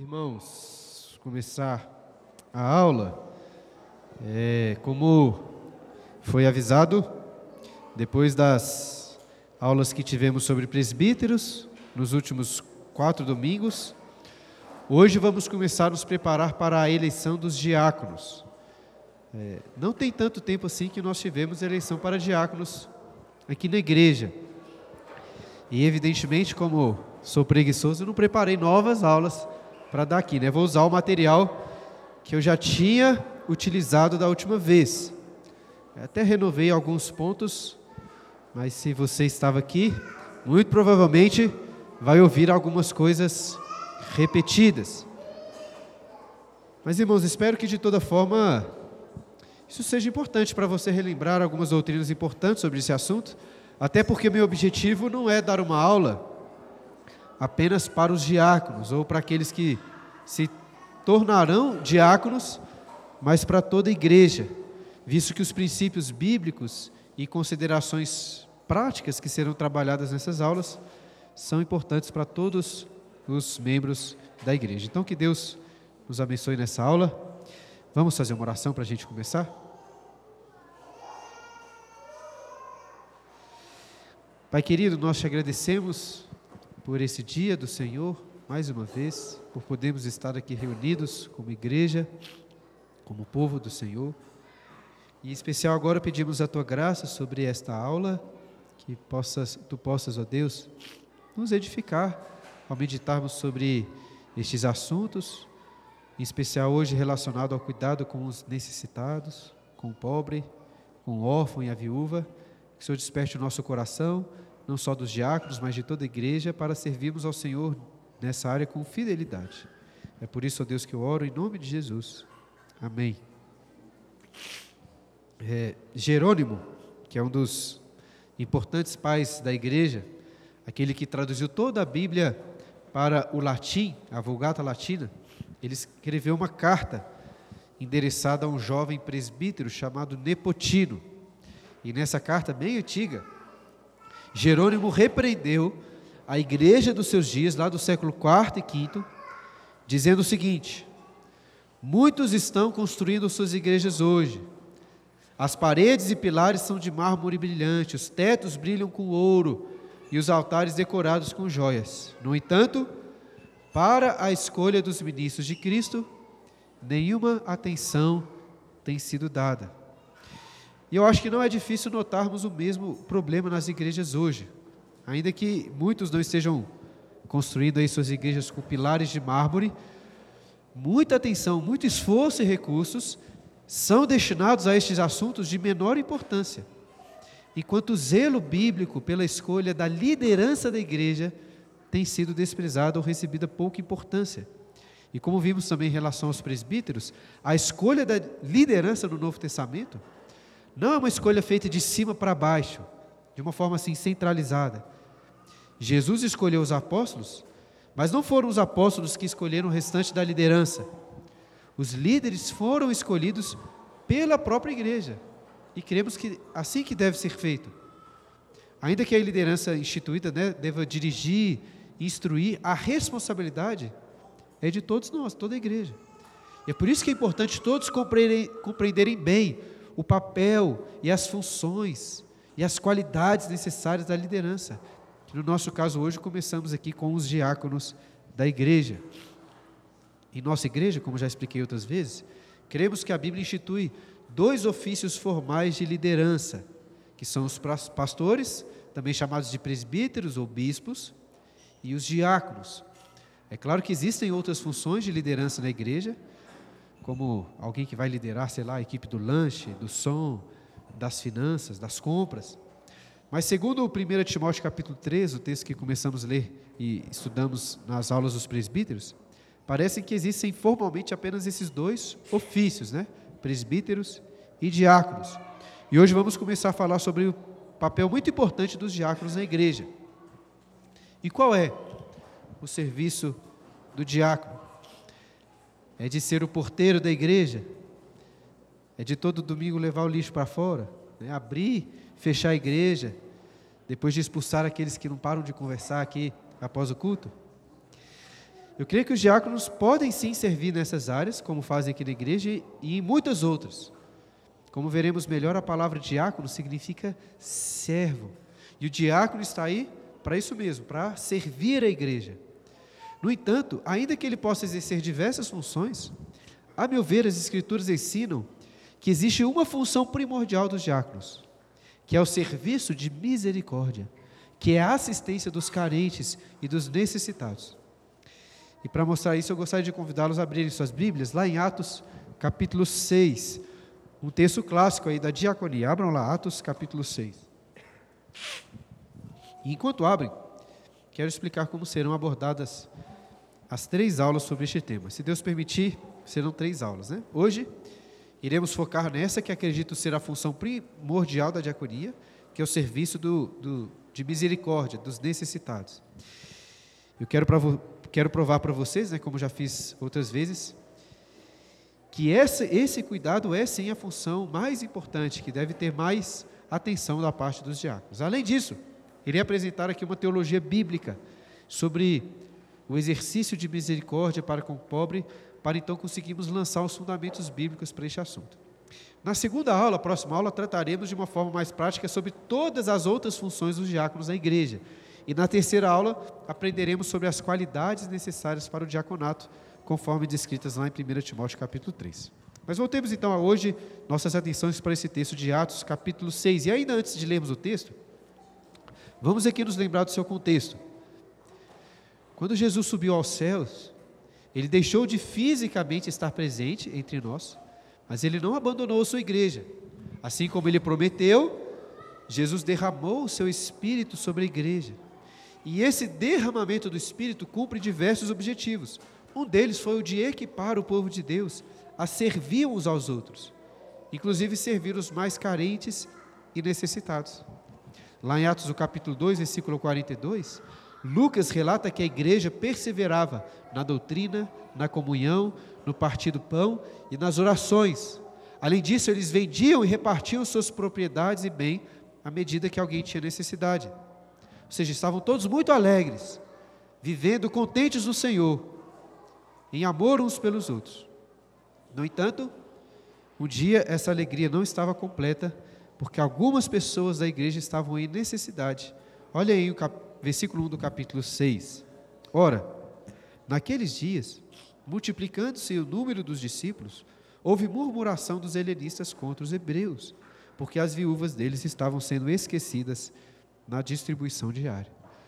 Irmãos, começar a aula, como foi avisado, depois das aulas que tivemos sobre presbíteros, nos últimos 4 domingos, hoje vamos começar a nos preparar para a eleição dos diáconos. Não tem tanto tempo assim que nós tivemos eleição para diáconos aqui na igreja. E evidentemente, como sou preguiçoso, eu não preparei novas aulas para dar aqui, né? Vou usar o material que eu já tinha utilizado da última vez. Até renovei alguns pontos, mas se você estava aqui, muito provavelmente vai ouvir algumas coisas repetidas. Mas, irmãos, espero que de toda forma isso seja importante para você relembrar algumas doutrinas importantes sobre esse assunto, até porque meu objetivo não é dar uma aula apenas para os diáconos ou para aqueles que se tornarão diáconos, mas para toda a igreja, visto que os princípios bíblicos e considerações práticas que serão trabalhadas nessas aulas são importantes para todos os membros da igreja. Então, que Deus nos abençoe nessa aula. Vamos fazer uma oração para a gente começar? Pai querido, nós te agradecemos por esse dia do Senhor, mais uma vez, por podermos estar aqui reunidos como igreja, como povo do Senhor. E em especial agora pedimos a Tua graça sobre esta aula, que Tu possas, ó Deus, nos edificar ao meditarmos sobre estes assuntos, em especial hoje relacionado ao cuidado com os necessitados, com o pobre, com o órfão e a viúva. Que o Senhor desperte o nosso coração, não só dos diáconos, mas de toda a igreja, para servirmos ao Senhor nessa área com fidelidade. É por isso, ó Deus, que eu oro em nome de Jesus. Amém. Jerônimo, que é um dos importantes pais da igreja, aquele que traduziu toda a Bíblia para o latim, a Vulgata Latina, ele escreveu uma carta endereçada a um jovem presbítero chamado Nepotino. E nessa carta bem antiga, Jerônimo repreendeu a igreja dos seus dias, lá do século IV e V, dizendo o seguinte: muitos estão construindo suas igrejas hoje. As paredes e pilares são de mármore brilhante, os tetos brilham com ouro e os altares decorados com joias. No entanto, para a escolha dos ministros de Cristo, nenhuma atenção tem sido dada. E eu acho que não é difícil notarmos o mesmo problema nas igrejas hoje. Ainda que muitos não estejam construindo aí suas igrejas com pilares de mármore, muita atenção, muito esforço e recursos são destinados a estes assuntos de menor importância, enquanto o zelo bíblico pela escolha da liderança da igreja tem sido desprezado ou recebida pouca importância. E como vimos também em relação aos presbíteros, a escolha da liderança no Novo Testamento não é uma escolha feita de cima para baixo, de uma forma assim centralizada. Jesus escolheu os apóstolos, mas não foram os apóstolos que escolheram o restante da liderança. Os líderes foram escolhidos pela própria igreja, e cremos que assim que deve ser feito. Ainda que a liderança instituída, deva dirigir, instruir, a responsabilidade é de todos nós, toda a igreja. E é por isso que é importante todos compreenderem bem o papel e as funções e as qualidades necessárias da liderança. No nosso caso hoje começamos aqui com os diáconos da igreja. Em nossa igreja, como já expliquei outras vezes, cremos que a Bíblia institui 2 ofícios formais de liderança, que são os pastores, também chamados de presbíteros ou bispos, e os diáconos. É claro que existem outras funções de liderança na igreja, como alguém que vai liderar, a equipe do lanche, do som, das finanças, das compras. Mas segundo o 1 Timóteo capítulo 3, o texto que começamos a ler e estudamos nas aulas dos presbíteros, parece que existem formalmente apenas esses 2 ofícios, presbíteros e diáconos. E hoje vamos começar a falar sobre o papel muito importante dos diáconos na igreja. E qual é o serviço do diácono? É de ser o porteiro da igreja? É de todo domingo levar o lixo para fora? Abrir, fechar a igreja, depois de expulsar aqueles que não param de conversar aqui após o culto? Eu creio que os diáconos podem sim servir nessas áreas, como fazem aqui na igreja, e em muitas outras. Como veremos melhor, a palavra diácono significa servo. E o diácono está aí para isso mesmo, para servir a igreja. No entanto, ainda que ele possa exercer diversas funções, a meu ver, as Escrituras ensinam que existe uma função primordial dos diáconos, que é o serviço de misericórdia, que é a assistência dos carentes e dos necessitados. E para mostrar isso, eu gostaria de convidá-los a abrirem suas Bíblias, lá em Atos, capítulo 6, um texto clássico aí da diaconia. Abram lá, Atos, capítulo 6. E enquanto abrem, quero explicar como serão abordadas as 3 aulas sobre este tema. Se Deus permitir, serão 3 aulas, né? Hoje, iremos focar nessa que acredito ser a função primordial da diaconia, que é o serviço de misericórdia dos necessitados. Eu quero provar para vocês, né, como já fiz outras vezes, que esse cuidado é sim a função mais importante, que deve ter mais atenção da parte dos diáconos. Além disso, irei apresentar aqui uma teologia bíblica sobre o exercício de misericórdia para com o pobre, para então conseguirmos lançar os fundamentos bíblicos para este assunto. Na segunda aula, a próxima aula, trataremos de uma forma mais prática sobre todas as outras funções dos diáconos na igreja. E na terceira aula, aprenderemos sobre as qualidades necessárias para o diaconato, conforme descritas lá em 1 Timóteo capítulo 3. Mas voltemos então a hoje nossas atenções para esse texto de Atos capítulo 6. E ainda antes de lermos o texto, vamos aqui nos lembrar do seu contexto. Quando Jesus subiu aos céus, ele deixou de fisicamente estar presente entre nós, mas ele não abandonou a sua igreja. Assim como ele prometeu, Jesus derramou o seu Espírito sobre a igreja. E esse derramamento do Espírito cumpre diversos objetivos. Um deles foi o de equipar o povo de Deus a servir uns aos outros, inclusive servir os mais carentes e necessitados. Lá em Atos, do capítulo 2, versículo 42, Lucas relata que a igreja perseverava na doutrina, na comunhão, no partir do pão e nas orações. Além disso, eles vendiam e repartiam suas propriedades e bem à medida que alguém tinha necessidade. Ou seja, estavam todos muito alegres, vivendo contentes no Senhor, em amor uns pelos outros. No entanto, um dia essa alegria não estava completa, porque algumas pessoas da igreja estavam em necessidade. Olha aí o versículo 1 do capítulo 6. Ora, naqueles dias, multiplicando-se o número dos discípulos, houve murmuração dos helenistas contra os hebreus, porque as viúvas deles estavam sendo esquecidas na distribuição diária.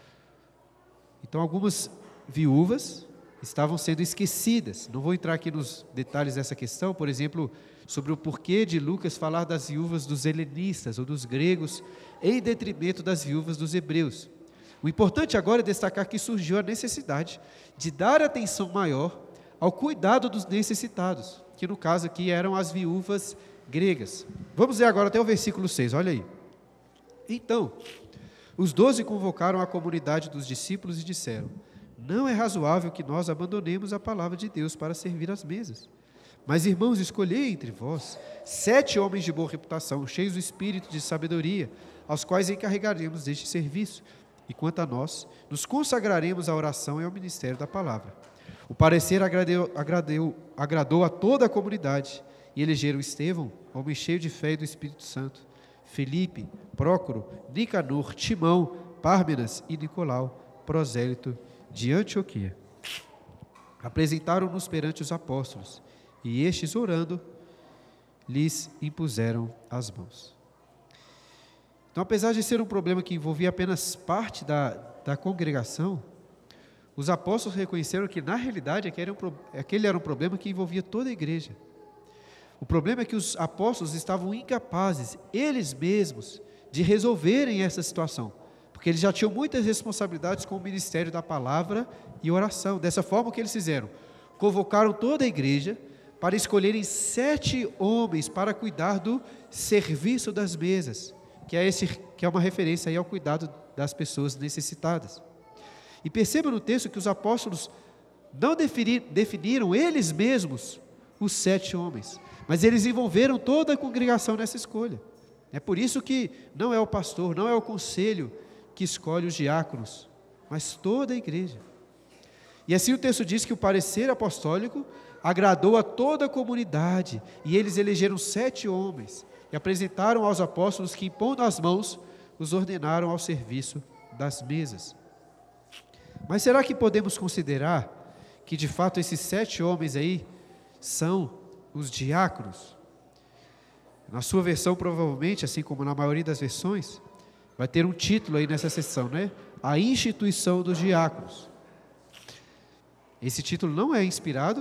Então, algumas viúvas estavam sendo esquecidas. Não vou entrar aqui nos detalhes dessa questão, por exemplo, sobre o porquê de Lucas falar das viúvas dos helenistas ou dos gregos, em detrimento das viúvas dos hebreus. O importante agora é destacar que surgiu a necessidade de dar atenção maior ao cuidado dos necessitados, que no caso aqui eram as viúvas gregas. Vamos ver agora até o versículo 6, olha aí. Então, os 12 convocaram a comunidade dos discípulos e disseram: não é razoável que nós abandonemos a palavra de Deus para servir às mesas. Mas, irmãos, escolhei entre vós 7 homens de boa reputação, cheios do espírito de sabedoria, aos quais encarregaremos deste serviço. E quanto a nós, nos consagraremos à oração e ao ministério da palavra. O parecer agradou a toda a comunidade, e elegeram Estevão, homem cheio de fé e do Espírito Santo, Felipe, Prócoro, Nicanor, Timão, Pármenas e Nicolau, prosélito de Antioquia. Apresentaram-nos perante os apóstolos, e estes, orando, lhes impuseram as mãos. Então, apesar de ser um problema que envolvia apenas parte da congregação, os apóstolos reconheceram que, na realidade, aquele era um problema que envolvia toda a igreja. O problema é que os apóstolos estavam incapazes, eles mesmos, de resolverem essa situação, porque eles já tinham muitas responsabilidades com o ministério da palavra e oração. Dessa forma, o que eles fizeram? Convocaram toda a igreja para escolherem 7 homens para cuidar do serviço das mesas, que é uma referência aí ao cuidado das pessoas necessitadas. E perceba no texto que os apóstolos não definiram eles mesmos os 7 homens, mas eles envolveram toda a congregação nessa escolha. É por isso que não é o pastor, não é o conselho que escolhe os diáconos, mas toda a igreja. E assim o texto diz que o parecer apostólico agradou a toda a comunidade, e eles elegeram 7 homens, e apresentaram aos apóstolos que, impondo as mãos, os ordenaram ao serviço das mesas. Mas será que podemos considerar que de fato esses 7 homens aí são os diáconos? Na sua versão, provavelmente, assim como na maioria das versões, vai ter um título aí nessa seção, né? A instituição dos diáconos. Esse título não é inspirado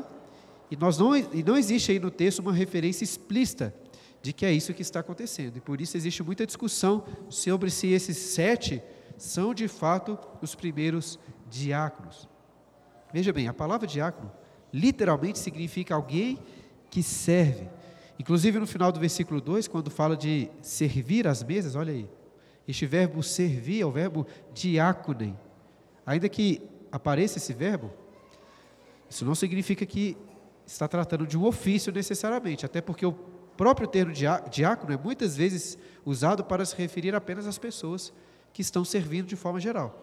e não existe aí no texto uma referência explícita de que é isso que está acontecendo. E por isso existe muita discussão sobre se esses 7 são de fato os primeiros diáconos. Veja bem, a palavra diácono literalmente significa alguém que serve. Inclusive no final do versículo 2, quando fala de servir às mesas, olha aí, este verbo servir é o verbo diáconem. Ainda que apareça esse verbo, isso não significa que está tratando de um ofício necessariamente, até porque o próprio termo diácono é muitas vezes usado para se referir apenas às pessoas que estão servindo de forma geral.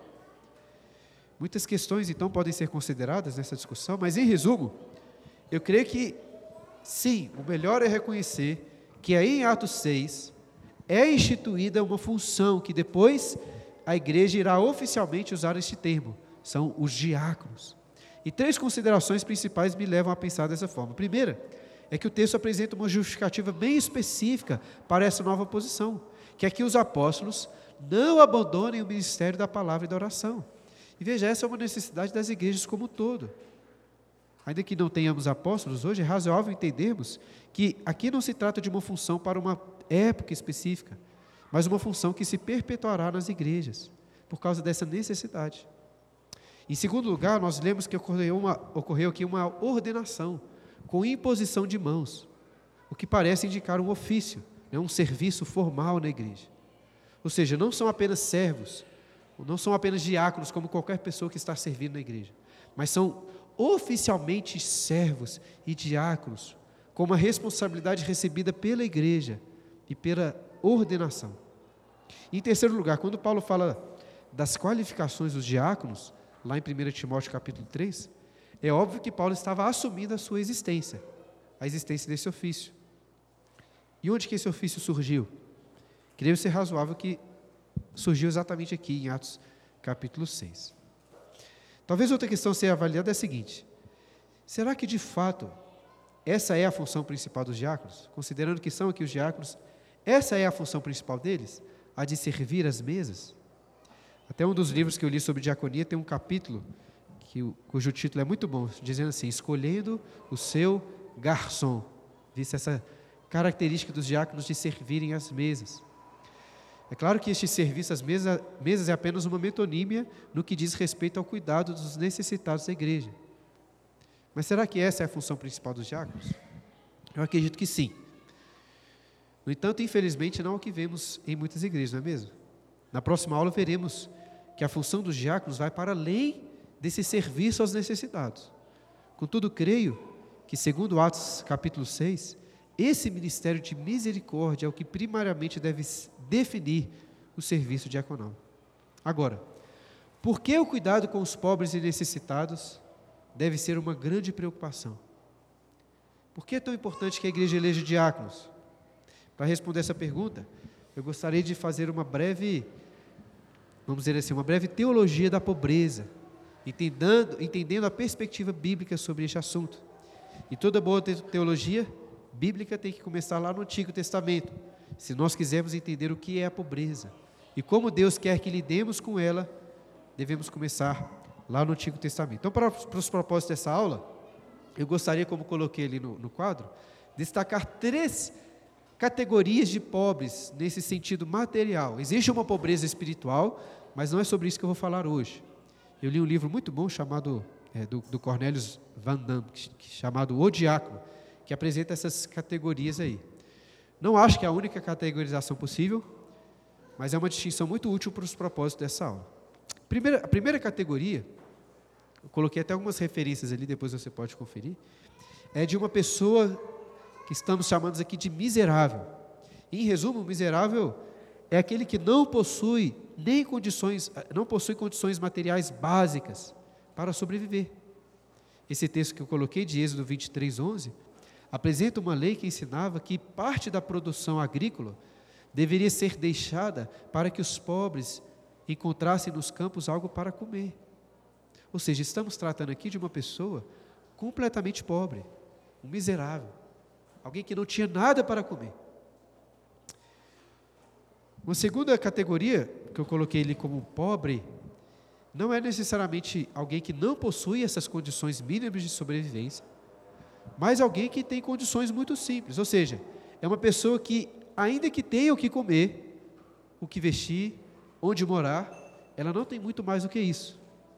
Muitas questões, então, podem ser consideradas nessa discussão, mas, em resumo, eu creio que, sim, o melhor é reconhecer que aí em Atos 6 é instituída uma função que depois a igreja irá oficialmente usar este termo, são os diáconos. E 3 considerações principais me levam a pensar dessa forma. A primeira é que o texto apresenta uma justificativa bem específica para essa nova posição, que é que os apóstolos não abandonem o ministério da palavra e da oração. E veja, essa é uma necessidade das igrejas como um todo. Ainda que não tenhamos apóstolos hoje, é razoável entendermos que aqui não se trata de uma função para uma época específica, mas uma função que se perpetuará nas igrejas, por causa dessa necessidade. Em segundo lugar, nós lemos que ocorreu aqui uma ordenação, com imposição de mãos, o que parece indicar um ofício, um serviço formal na igreja. Ou seja, não são apenas servos, não são apenas diáconos, como qualquer pessoa que está servindo na igreja, mas são oficialmente servos e diáconos, com uma responsabilidade recebida pela igreja e pela ordenação. Em terceiro lugar, quando Paulo fala das qualificações dos diáconos, lá em 1 Timóteo capítulo 3, é óbvio que Paulo estava assumindo a sua existência, a existência desse ofício. E onde que esse ofício surgiu? Creio ser razoável que surgiu exatamente aqui em Atos capítulo 6. Talvez outra questão a ser avaliada é a seguinte: será que de fato essa é a função principal dos diáconos? Considerando que são aqui os diáconos, essa é a função principal deles? A de servir as mesas? Até um dos livros que eu li sobre diaconia tem um capítulo cujo título é muito bom, dizendo assim: escolhendo o seu garçom. Vista essa característica dos diáconos de servirem as mesas. É claro que este serviço às mesas é apenas uma metonímia no que diz respeito ao cuidado dos necessitados da igreja. Mas será que essa é a função principal dos diáconos? Eu acredito que sim. No entanto, infelizmente, não é o que vemos em muitas igrejas, não é mesmo? Na próxima aula veremos que a função dos diáconos vai para além desse serviço aos necessitados. Contudo, creio que, segundo Atos capítulo 6, esse ministério de misericórdia é o que primariamente deve definir o serviço diaconal. Agora, por que o cuidado com os pobres e necessitados deve ser uma grande preocupação? Por que é tão importante que a igreja eleja diáconos? Para responder essa pergunta, eu gostaria de fazer uma breve, vamos dizer assim, uma breve teologia da pobreza, entendendo a perspectiva bíblica sobre este assunto. E toda boa teologia bíblica tem que começar lá no Antigo Testamento, se nós quisermos entender o que é a pobreza e como Deus quer que lidemos com ela. Devemos começar lá no Antigo Testamento. Então, para os propósitos dessa aula, eu gostaria, como coloquei ali no quadro, destacar 3 categorias de pobres nesse sentido material. Existe uma pobreza espiritual, mas não é sobre isso que eu vou falar hoje. Eu li um livro muito bom chamado do Cornelius Van Damme, chamado O Diácono, que apresenta essas categorias aí. Não acho que é a única categorização possível, mas é uma distinção muito útil para os propósitos dessa aula. A primeira categoria, eu coloquei até algumas referências ali, depois você pode conferir, é de uma pessoa que estamos chamando aqui de miserável. Em resumo, o miserável é aquele que não possui condições materiais básicas para sobreviver. esse texto que eu coloquei de Êxodo 23:11, apresenta uma lei que ensinava que parte da produção agrícola deveria ser deixada para que os pobres encontrassem nos campos algo para comer. Ou seja, estamos tratando aqui de uma pessoa completamente pobre, um miserável, alguém que não tinha nada para comer. Uma segunda categoria que eu coloquei ali como pobre, não é necessariamente alguém que não possui essas condições mínimas de sobrevivência, mas alguém que tem condições muito simples, ou seja, é uma pessoa que, ainda que tenha o que comer, o que vestir, onde morar, ela não tem muito mais do que isso.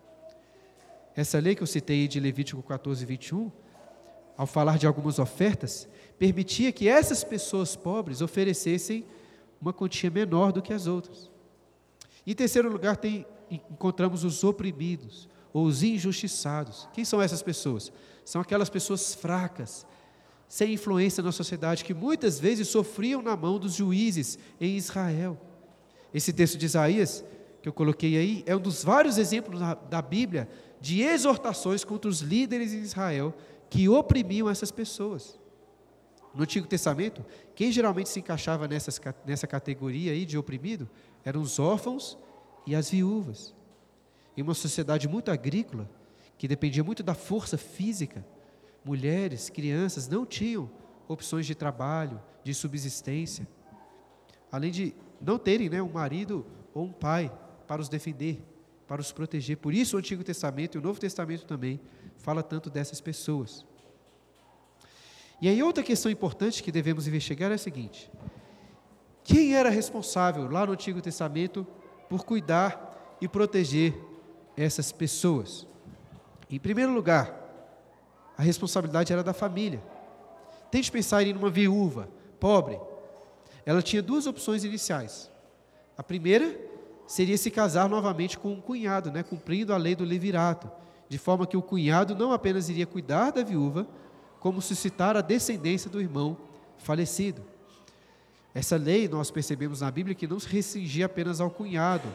Essa lei que eu citei de Levítico 14:21, ao falar de algumas ofertas, permitia que essas pessoas pobres oferecessem uma quantia menor do que as outras. Em terceiro lugar, encontramos os oprimidos, ou os injustiçados. Quem são essas pessoas? São aquelas pessoas fracas, sem influência na sociedade, que muitas vezes sofriam na mão dos juízes em Israel. Esse texto de Isaías, que eu coloquei aí, é um dos vários exemplos da Bíblia de exortações contra os líderes em Israel que oprimiam essas pessoas. No Antigo Testamento, quem geralmente se encaixava nessa categoria aí de oprimido eram os órfãos e as viúvas. Em uma sociedade muito agrícola, que dependia muito da força física, mulheres, crianças não tinham opções de trabalho, de subsistência, além de não terem, um marido ou um pai para os defender, para os proteger. Por isso o Antigo Testamento e o Novo Testamento também fala tanto dessas pessoas. E aí outra questão importante que devemos investigar é a seguinte: quem era responsável lá no Antigo Testamento por cuidar e proteger essas pessoas? Em primeiro lugar, a responsabilidade era da família. Tente pensar em uma viúva pobre. Ela tinha duas opções iniciais. A primeira seria se casar novamente com um cunhado, cumprindo a lei do levirato, de forma que o cunhado não apenas iria cuidar da viúva, como suscitar a descendência do irmão falecido. Essa lei, nós percebemos na Bíblia, que não se restringia apenas ao cunhado,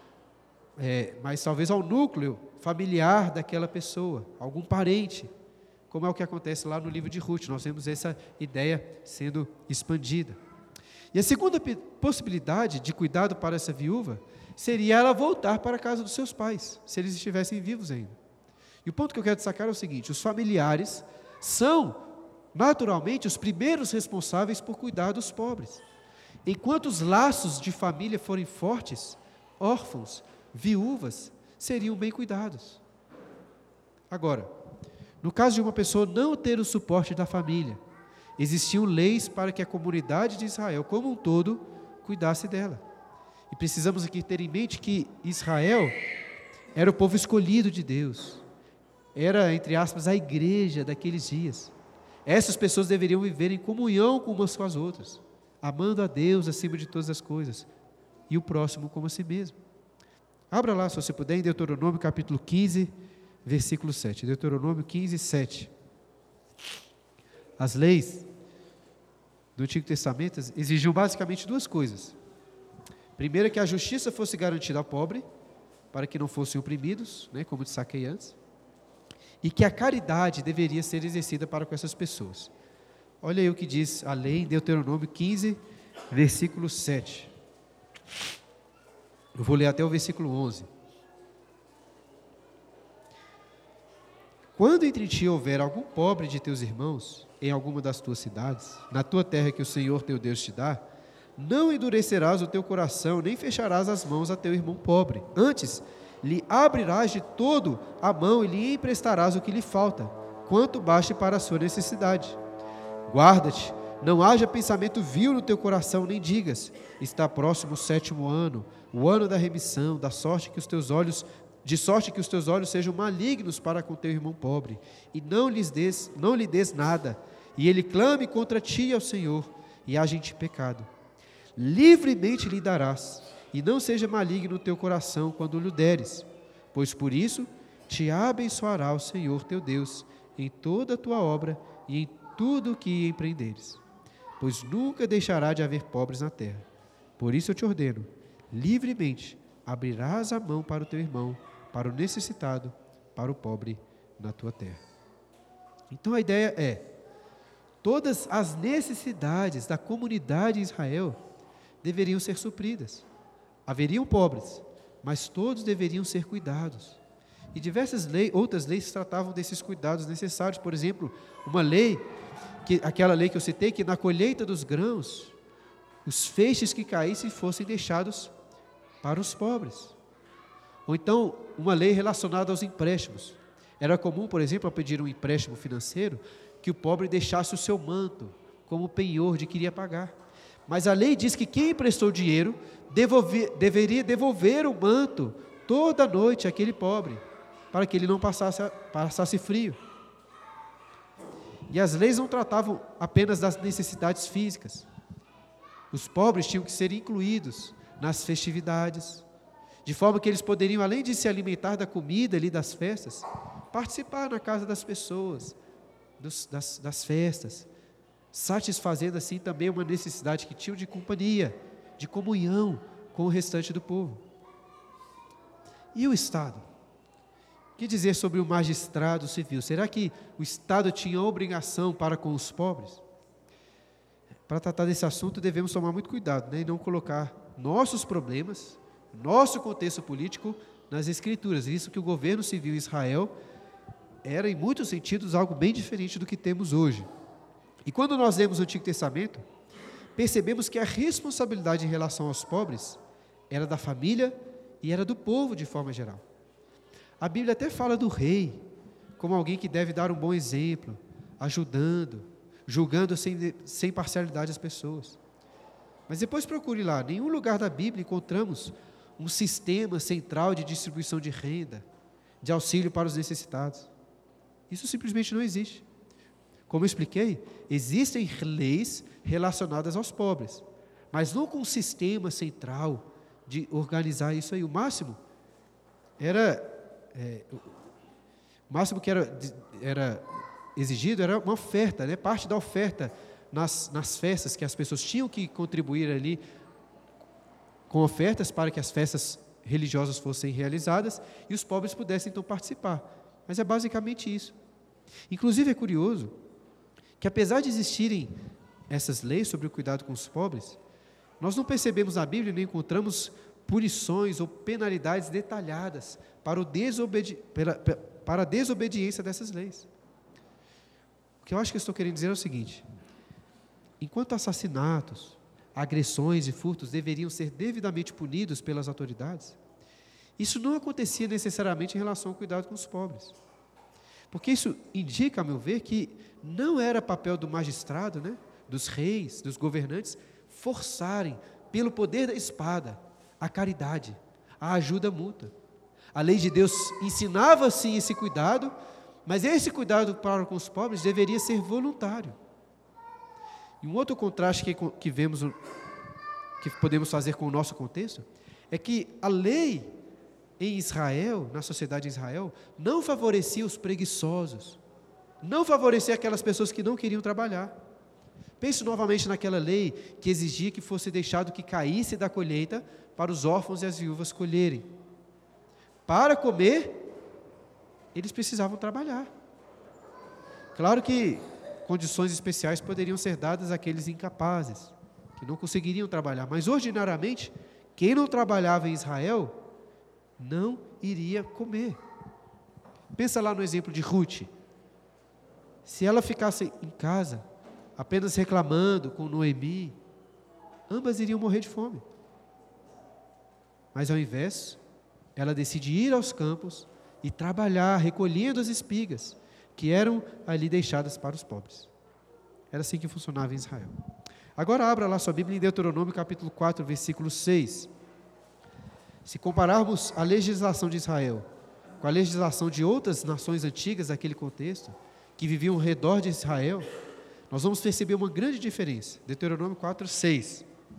mas talvez ao núcleo familiar daquela pessoa, algum parente, como é o que acontece lá no livro de Ruth. Nós vemos essa ideia sendo expandida. E a segunda possibilidade de cuidado para essa viúva seria ela voltar para a casa dos seus pais, se eles estivessem vivos ainda. E o ponto que eu quero destacar é o seguinte: os familiares são, naturalmente, os primeiros responsáveis por cuidar dos pobres. Enquanto os laços de família forem fortes, órfãos, viúvas seriam bem cuidados. Agora, no caso de uma pessoa não ter o suporte da família, existiam leis para que a comunidade de Israel, como um todo, cuidasse dela. E precisamos aqui ter em mente que Israel era o povo escolhido de Deus, era, entre aspas, a igreja daqueles dias. Essas pessoas deveriam viver em comunhão com umas com as outras, amando a Deus acima de todas as coisas, e o próximo como a si mesmo. Abra lá, se você puder, em Deuteronômio capítulo 15, versículo 7. Deuteronômio 15, 7. As leis do Antigo Testamento exigiam basicamente duas coisas. Primeiro, que a justiça fosse garantida ao pobre, para que não fossem oprimidos, como destaquei antes, e que a caridade deveria ser exercida para com essas pessoas. Olha aí o que diz a lei em Deuteronômio 15, versículo 7. Eu vou ler até o versículo 11. Quando entre ti houver algum pobre de teus irmãos, em alguma das tuas cidades, na tua terra que o Senhor teu Deus te dá, não endurecerás o teu coração, nem fecharás as mãos a teu irmão pobre. Antes, lhe abrirás de todo a mão e lhe emprestarás o que lhe falta, quanto baste para a sua necessidade. Guarda-te, não haja pensamento vil no teu coração, nem digas: está próximo o 7º ano, o ano da remissão, de sorte que os teus olhos sejam malignos para com teu irmão pobre, e não lhe des nada, e ele clame contra ti ao Senhor, e haja em ti pecado. Livremente lhe darás, e não seja maligno o teu coração quando lhe deres, pois por isso te abençoará o Senhor teu Deus em toda a tua obra e em tudo o que empreenderes, pois nunca deixará de haver pobres na terra. Por isso eu te ordeno, livremente abrirás a mão para o teu irmão, para o necessitado, para o pobre na tua terra. Então a ideia é, todas as necessidades da comunidade em Israel deveriam ser supridas. Haveriam pobres, mas todos deveriam ser cuidados. E diversas outras leis tratavam desses cuidados necessários. Por exemplo, uma lei, aquela lei que eu citei, que na colheita dos grãos, os feixes que caíssem fossem deixados para os pobres. Ou então, uma lei relacionada aos empréstimos. Era comum, por exemplo, ao pedir um empréstimo financeiro, que o pobre deixasse o seu manto como penhor de que iria pagar. Mas a lei diz que quem emprestou dinheiro deveria devolver o manto toda noite àquele pobre, para que ele não passasse frio. E as leis não tratavam apenas das necessidades físicas. Os pobres tinham que ser incluídos nas festividades, de forma que eles poderiam, além de se alimentar da comida ali das festas, participar na casa das pessoas, das festas, satisfazendo assim também uma necessidade que tinham de companhia, de comunhão com o restante do povo. E o Estado? O que dizer sobre o magistrado civil? Será que o Estado tinha obrigação para com os pobres? Para tratar desse assunto devemos tomar muito cuidado, né, e não colocar nossos problemas, nosso contexto político nas Escrituras. Isso que o governo civil em Israel era, em muitos sentidos, algo bem diferente do que temos hoje. E quando nós lemos o Antigo Testamento, percebemos que a responsabilidade em relação aos pobres era da família e era do povo de forma geral. A Bíblia até fala do rei como alguém que deve dar um bom exemplo, ajudando, julgando sem parcialidade as pessoas. Mas depois procure lá, em nenhum lugar da Bíblia encontramos um sistema central de distribuição de renda, de auxílio para os necessitados. Isso simplesmente não existe. Como eu expliquei, existem leis relacionadas aos pobres, mas não com um sistema central de organizar isso aí. O máximo que era exigido era uma oferta, né? Parte da oferta nas festas, que as pessoas tinham que contribuir ali com ofertas para que as festas religiosas fossem realizadas e os pobres pudessem então participar. Mas é basicamente isso. Inclusive é curioso que, apesar de existirem essas leis sobre o cuidado com os pobres, nós não percebemos na Bíblia, nem encontramos punições ou penalidades detalhadas para a desobediência dessas leis. O que eu acho que eu estou querendo dizer é o seguinte: enquanto assassinatos, agressões e furtos deveriam ser devidamente punidos pelas autoridades, isso não acontecia necessariamente em relação ao cuidado com os pobres. Porque isso indica, a meu ver, que não era papel do magistrado, né, dos reis, dos governantes, forçarem, pelo poder da espada, a caridade, a ajuda mútua. A lei de Deus ensinava, sim, esse cuidado, mas esse cuidado para com os pobres deveria ser voluntário. E um outro contraste que vemos, que podemos fazer com o nosso contexto, é que a lei em Israel, na sociedade em Israel, não favorecia os preguiçosos, não favorecia aquelas pessoas que não queriam trabalhar. Pense novamente naquela lei que exigia que fosse deixado que caísse da colheita para os órfãos e as viúvas colherem. Para comer, eles precisavam trabalhar. Claro que condições especiais poderiam ser dadas àqueles incapazes, que não conseguiriam trabalhar, mas ordinariamente, quem não trabalhava em Israel não iria comer. Pensa lá no exemplo de Ruth. Se ela ficasse em casa, apenas reclamando com Noemi, ambas iriam morrer de fome. Mas ao invés, ela decide ir aos campos e trabalhar, recolhendo as espigas que eram ali deixadas para os pobres. Era assim que funcionava em Israel. Agora abra lá sua Bíblia em Deuteronômio capítulo 4, versículo 6. Se compararmos a legislação de Israel com a legislação de outras nações antigas daquele contexto, que viviam ao redor de Israel, nós vamos perceber uma grande diferença. Deuteronômio 4, 6.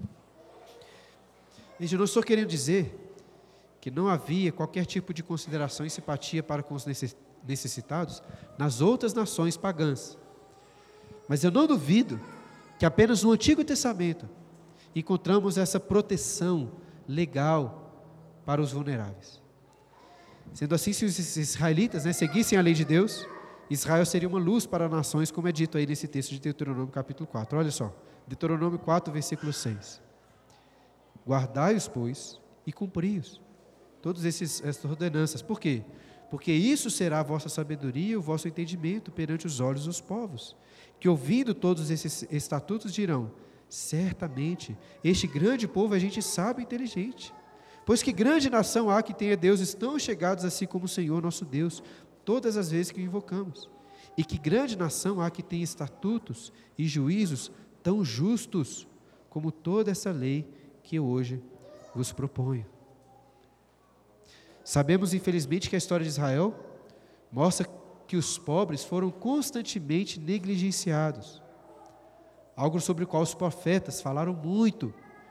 Gente, eu não estou querendo dizer que não havia qualquer tipo de consideração e simpatia para com os necessitados nas outras nações pagãs. Mas eu não duvido que apenas no Antigo Testamento encontramos essa proteção legal para os vulneráveis. Sendo assim, se os israelitas seguissem a lei de Deus, Israel seria uma luz para as nações, como é dito aí nesse texto de Deuteronômio capítulo 4. Olha só, Deuteronômio 4, versículo 6. Guardai-os, pois, e cumpri-os. Todas essas ordenanças. Por quê? Porque isso será a vossa sabedoria e o vosso entendimento perante os olhos dos povos, que ouvindo todos esses estatutos dirão: certamente, este grande povo é gente sábia e inteligente. Pois que grande nação há que tenha deuses tão chegados assim como o Senhor nosso Deus, todas as vezes que o invocamos. E que grande nação há que tenha estatutos e juízos tão justos como toda essa lei que eu hoje vos proponho. Sabemos, infelizmente, que a história de Israel mostra que os pobres foram constantemente negligenciados, algo sobre o qual os profetas falaram muito,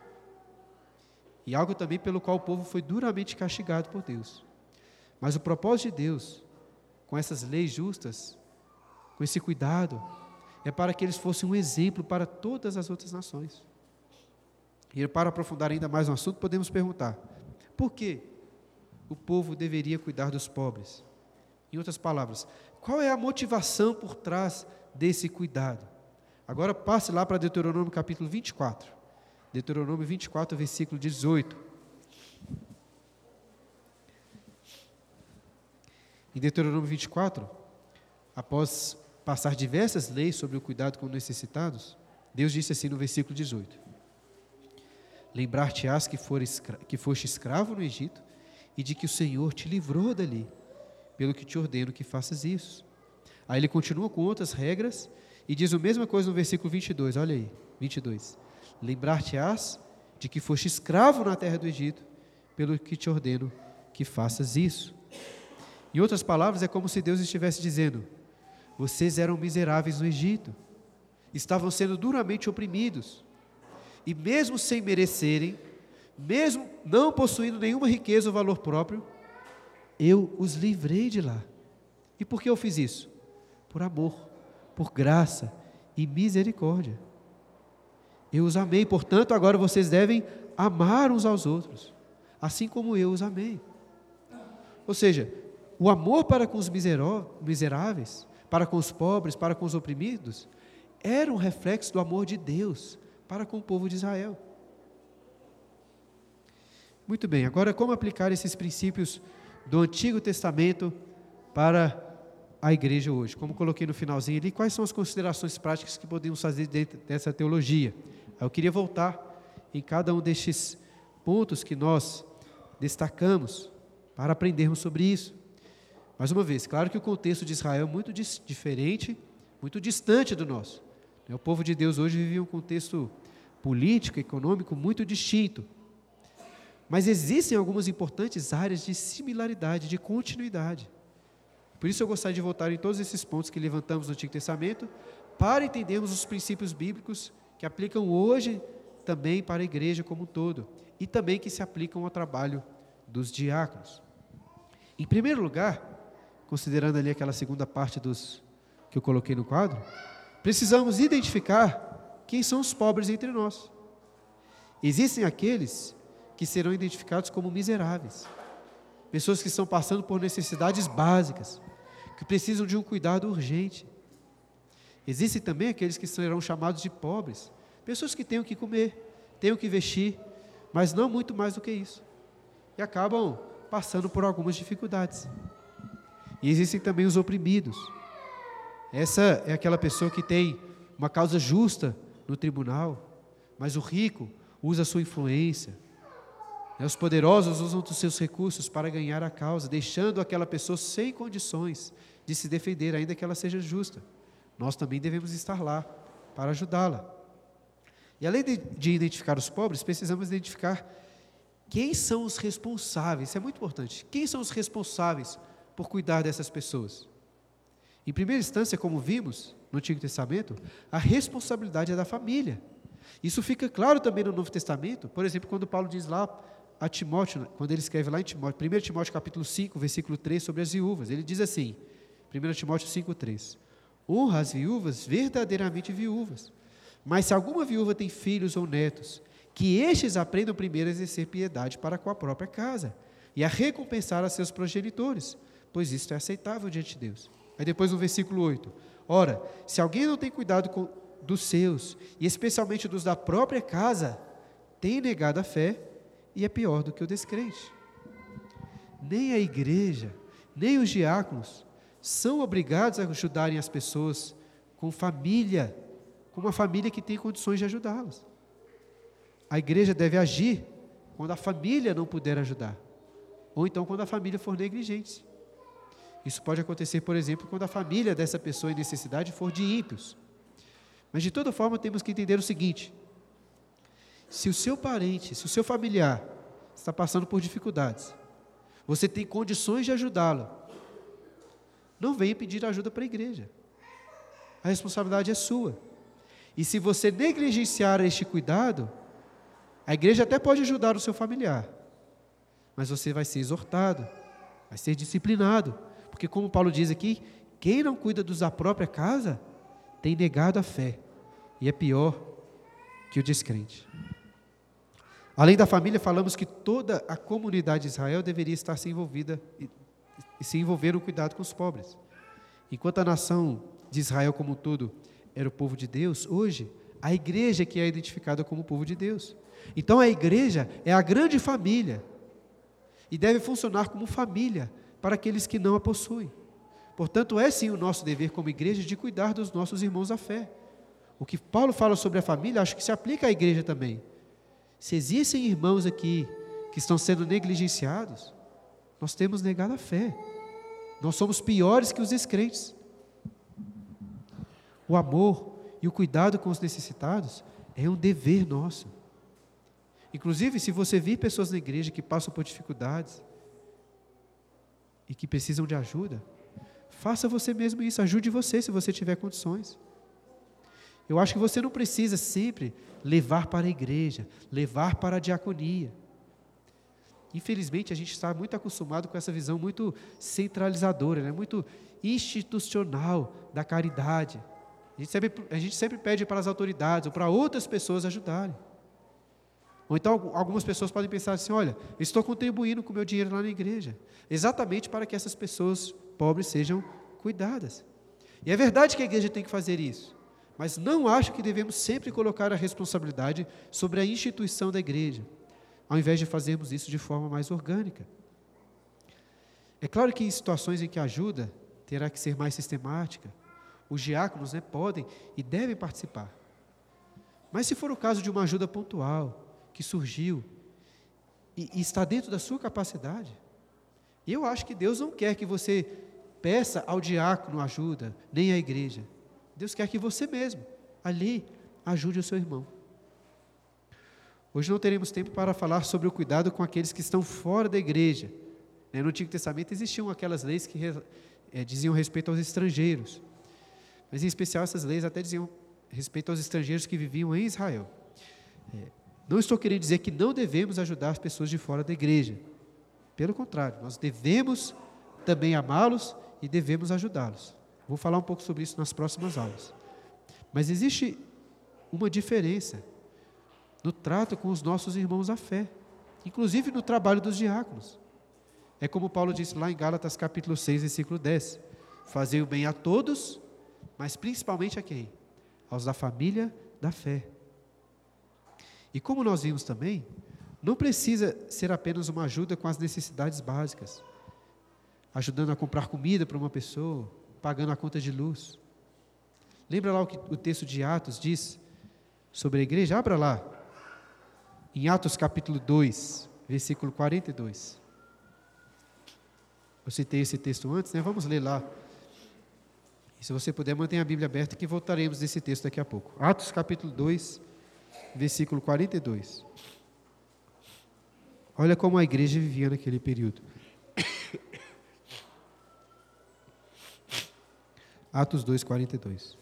e algo também pelo qual o povo foi duramente castigado por Deus. Mas o propósito de Deus, com essas leis justas, com esse cuidado, é para que eles fossem um exemplo para todas as outras nações. E para aprofundar ainda mais no assunto, podemos perguntar: por que o povo deveria cuidar dos pobres? Em outras palavras, qual é a motivação por trás desse cuidado? Agora passe lá para Deuteronômio capítulo 24. Deuteronômio 24, versículo 18. Em Deuteronômio 24, após passar diversas leis sobre o cuidado com os necessitados, Deus disse assim no versículo 18: lembrar-te-ás que foste escravo no Egito, e de que o Senhor te livrou dali, pelo que te ordeno que faças isso. Aí ele continua com outras regras, e diz a mesma coisa no versículo 22, olha aí, 22. Lembrar-te-ás de que foste escravo na terra do Egito, pelo que te ordeno que faças isso. Em outras palavras, é como se Deus estivesse dizendo: vocês eram miseráveis no Egito, estavam sendo duramente oprimidos, e mesmo sem merecerem, mesmo não possuindo nenhuma riqueza ou valor próprio, eu os livrei de lá. E por que eu fiz isso? Por amor, por graça e misericórdia. Eu os amei, portanto, agora vocês devem amar uns aos outros, assim como eu os amei. Ou seja, o amor para com os miseráveis, para com os pobres, para com os oprimidos, era um reflexo do amor de Deus para com o povo de Israel. Muito bem, agora como aplicar esses princípios do Antigo Testamento para a igreja hoje? Como coloquei no finalzinho ali, quais são as considerações práticas que podemos fazer dentro dessa teologia? Eu queria voltar em cada um destes pontos que nós destacamos para aprendermos sobre isso. Mais uma vez, claro que o contexto de Israel é muito diferente, muito distante do nosso. O povo de Deus hoje vive um contexto político, econômico muito distinto. Mas existem algumas importantes áreas de similaridade, de continuidade. Por isso eu gostaria de voltar em todos esses pontos que levantamos no Antigo Testamento, para entendermos os princípios bíblicos que aplicam hoje também para a igreja como um todo, e também que se aplicam ao trabalho dos diáconos. Em primeiro lugar, considerando ali aquela segunda parte que eu coloquei no quadro, precisamos identificar quem são os pobres entre nós. Existem aqueles que serão identificados como miseráveis, pessoas que estão passando por necessidades básicas, que precisam de um cuidado urgente. Existem também aqueles que serão chamados de pobres, pessoas que têm o que comer, têm o que vestir, mas não muito mais do que isso, e acabam passando por algumas dificuldades. E existem também os oprimidos. Essa é aquela pessoa que tem uma causa justa no tribunal, mas o rico usa a sua influência, os poderosos usam os seus recursos para ganhar a causa, deixando aquela pessoa sem condições de se defender, ainda que ela seja justa. Nós também devemos estar lá para ajudá-la. E além de identificar os pobres, precisamos identificar quem são os responsáveis. Isso é muito importante. Quem são os responsáveis por cuidar dessas pessoas? Em primeira instância, como vimos no Antigo Testamento, a responsabilidade é da família. Isso fica claro também no Novo Testamento. Por exemplo, quando Paulo diz lá a Timóteo, quando ele escreve lá em Timóteo, 1 Timóteo capítulo 5, versículo 3, sobre as viúvas, ele diz assim, 1 Timóteo 5, 3, honra as viúvas verdadeiramente viúvas, mas se alguma viúva tem filhos ou netos, que estes aprendam primeiro a exercer piedade para com a própria casa, e a recompensar a seus progenitores, pois isto é aceitável diante de Deus. Aí depois no versículo 8. Ora, se alguém não tem cuidado dos seus, e especialmente dos da própria casa, tem negado a fé e é pior do que o descrente. Nem a igreja, nem os diáconos são obrigados a ajudarem as pessoas com uma família que tem condições de ajudá-las. A igreja deve agir quando a família não puder ajudar, ou então quando a família for negligente. Isso pode acontecer, por exemplo, quando a família dessa pessoa em necessidade for de ímpios. Mas de toda forma temos que entender o seguinte: se o seu parente, se o seu familiar está passando por dificuldades, você tem condições de ajudá-lo, não venha pedir ajuda para a igreja. A responsabilidade é sua. E se você negligenciar este cuidado, a igreja até pode ajudar o seu familiar, mas você vai ser exortado, vai ser disciplinado, porque como Paulo diz aqui, quem não cuida dos da própria casa, tem negado a fé, e é pior que o descrente. Além da família, falamos que toda a comunidade de Israel deveria estar se envolvida e se envolver no cuidado com os pobres. Enquanto a nação de Israel como um todo era o povo de Deus, hoje a igreja que é identificada como o povo de Deus. Então a igreja é a grande família e deve funcionar como família para aqueles que não a possuem. Portanto, é sim o nosso dever como igreja de cuidar dos nossos irmãos da fé. O que Paulo fala sobre a família, acho que se aplica à igreja também. Se existem irmãos aqui que estão sendo negligenciados, nós temos negado a fé. Nós somos piores que os descrentes. O amor e o cuidado com os necessitados é um dever nosso. Inclusive, se você vir pessoas na igreja que passam por dificuldades e que precisam de ajuda, faça você mesmo isso, ajude você se você tiver condições. Eu acho que você não precisa sempre levar para a igreja, levar para a diaconia. Infelizmente, a gente está muito acostumado com essa visão muito centralizadora, né? Muito institucional da caridade. A gente sempre pede para as autoridades ou para outras pessoas ajudarem. Ou então algumas pessoas podem pensar assim: olha, eu estou contribuindo com o meu dinheiro lá na igreja, exatamente para que essas pessoas pobres sejam cuidadas. E é verdade que a igreja tem que fazer isso, mas não acho que devemos sempre colocar a responsabilidade sobre a instituição da igreja, ao invés de fazermos isso de forma mais orgânica. É claro que em situações em que a ajuda terá que ser mais sistemática, os diáconos podem e devem participar. Mas se for o caso de uma ajuda pontual, que surgiu e está dentro da sua capacidade, eu acho que Deus não quer que você peça ao diácono ajuda, nem à igreja. Deus quer que você mesmo, ali, ajude o seu irmão. Hoje não teremos tempo para falar sobre o cuidado com aqueles que estão fora da igreja. No Antigo Testamento existiam aquelas leis que diziam respeito aos estrangeiros, mas em especial essas leis até diziam respeito aos estrangeiros que viviam em Israel. Não estou querendo dizer que não devemos ajudar as pessoas de fora da igreja. Pelo contrário, nós devemos também amá-los e devemos ajudá-los. Vou falar um pouco sobre isso nas próximas aulas. Mas existe uma diferença no trato com os nossos irmãos da fé, inclusive no trabalho dos diáconos. É como Paulo disse lá em Gálatas capítulo 6, versículo 10. Fazei o bem a todos, mas principalmente a quem? Aos da família da fé. E como nós vimos também, não precisa ser apenas uma ajuda com as necessidades básicas, ajudando a comprar comida para uma pessoa, pagando a conta de luz. Lembra lá o que o texto de Atos diz sobre a igreja? Abra lá, em Atos capítulo 2, versículo 42. Eu citei esse texto antes, vamos ler lá. E se você puder, mantenha a Bíblia aberta que voltaremos nesse texto daqui a pouco. Atos capítulo 2, versículo 42. Olha como a igreja vivia naquele período. Atos 2, 42.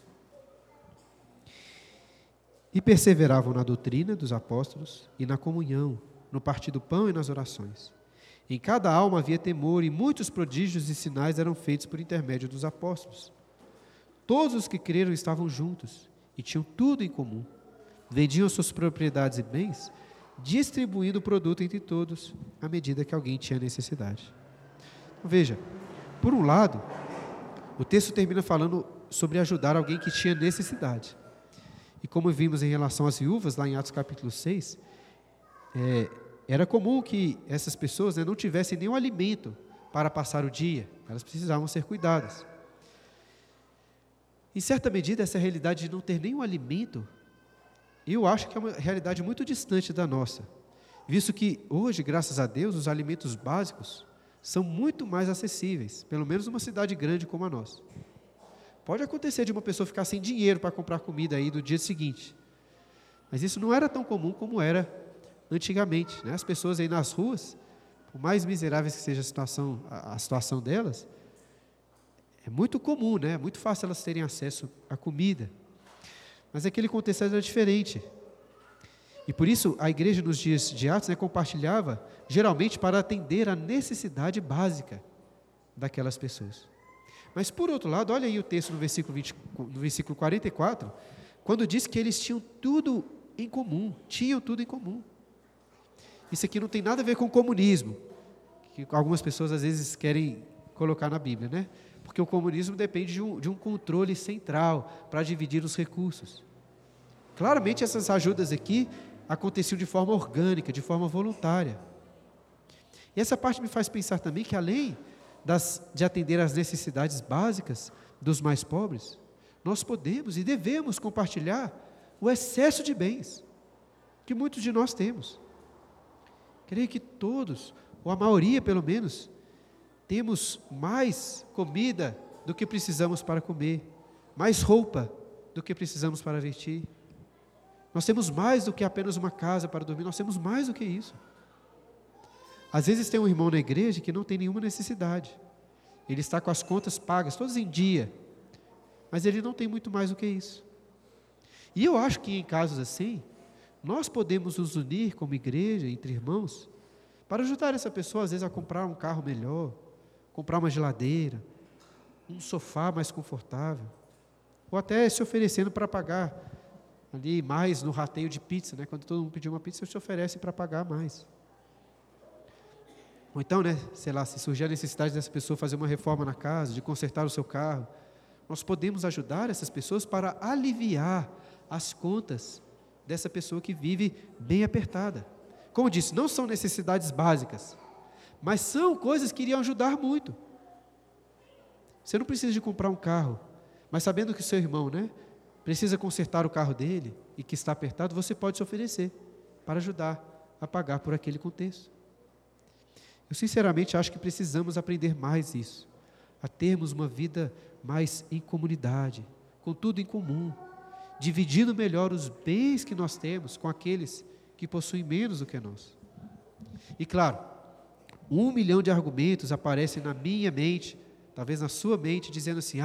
E perseveravam na doutrina dos apóstolos e na comunhão, no partir do pão e nas orações. Em cada alma havia temor e muitos prodígios e sinais eram feitos por intermédio dos apóstolos. Todos os que creram estavam juntos e tinham tudo em comum. Vendiam suas propriedades e bens, distribuindo o produto entre todos, à medida que alguém tinha necessidade. Então, veja, por um lado, O texto termina falando sobre ajudar alguém que tinha necessidade. E como vimos em relação às viúvas, lá em Atos capítulo 6, era comum que essas pessoas, não tivessem nenhum alimento para passar o dia. Elas precisavam ser cuidadas. Em certa medida, essa realidade de não ter nenhum alimento, eu acho que é uma realidade muito distante da nossa, visto que hoje, graças a Deus, os alimentos básicos são muito mais acessíveis, pelo menos numa cidade grande como a nossa. Pode acontecer de uma pessoa ficar sem dinheiro para comprar comida aí do dia seguinte, mas isso não era tão comum como era antigamente, né? As pessoas aí nas ruas, por mais miseráveis que seja a situação delas, é muito comum, né? É muito fácil elas terem acesso à comida. Mas aquele contexto era diferente. E por isso a igreja nos dias de Atos, compartilhava, geralmente para atender a necessidade básica daquelas pessoas. Mas por outro lado, olha aí o texto no versículo 44, quando diz que eles tinham tudo em comum, Isso aqui não tem nada a ver com o comunismo, que algumas pessoas às vezes querem colocar na Bíblia, né? Porque o comunismo depende de um controle central para dividir os recursos. Claramente essas ajudas aqui aconteciam de forma orgânica, de forma voluntária. E essa parte me faz pensar também que além de atender às necessidades básicas dos mais pobres, nós podemos e devemos compartilhar o excesso de bens que muitos de nós temos. Creio que todos, ou a maioria pelo menos, temos mais comida do que precisamos para comer, mais roupa do que precisamos para vestir. Nós temos mais do que apenas uma casa para dormir, nós temos mais do que isso. Às vezes tem um irmão na igreja que não tem nenhuma necessidade, ele está com as contas pagas, todas em dia, mas ele não tem muito mais do que isso. E eu acho que em casos assim, nós podemos nos unir como igreja, entre irmãos, para ajudar essa pessoa às vezes a comprar um carro melhor, comprar uma geladeira, um sofá mais confortável, ou até se oferecendo para pagar ali mais no rateio de pizza, quando todo mundo pedir uma pizza, você se oferece para pagar mais. Ou então, sei lá, se surgir a necessidade dessa pessoa fazer uma reforma na casa, de consertar o seu carro, nós podemos ajudar essas pessoas para aliviar as contas dessa pessoa que vive bem apertada. Como eu disse, não são necessidades básicas, mas são coisas que iriam ajudar muito. Você não precisa de comprar um carro, mas sabendo que o seu irmão, precisa consertar o carro dele e que está apertado, você pode se oferecer para ajudar a pagar por aquele contexto. Eu sinceramente acho que precisamos aprender mais isso, a termos uma vida mais em comunidade, com tudo em comum, dividindo melhor os bens que nós temos com aqueles que possuem menos do que nós. E claro, 1 milhão de argumentos aparecem na minha mente, talvez na sua mente, dizendo assim,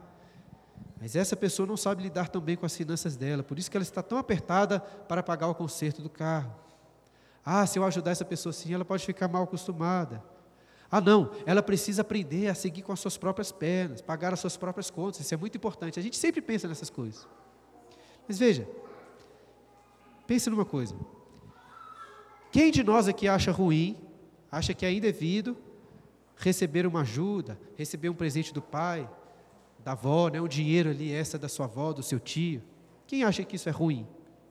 mas essa pessoa não sabe lidar tão bem com as finanças dela, por isso que ela está tão apertada para pagar o conserto do carro. Se eu ajudar essa pessoa assim, ela pode ficar mal acostumada. Não, ela precisa aprender a seguir com as suas próprias pernas, pagar as suas próprias contas, isso é muito importante. A gente sempre pensa nessas coisas. Mas veja, pense numa coisa. Quem de nós aqui acha ruim, acha que é indevido receber uma ajuda, receber um presente do pai, da avó, um dinheiro ali, essa da sua avó, do seu tio? Quem acha que isso é ruim?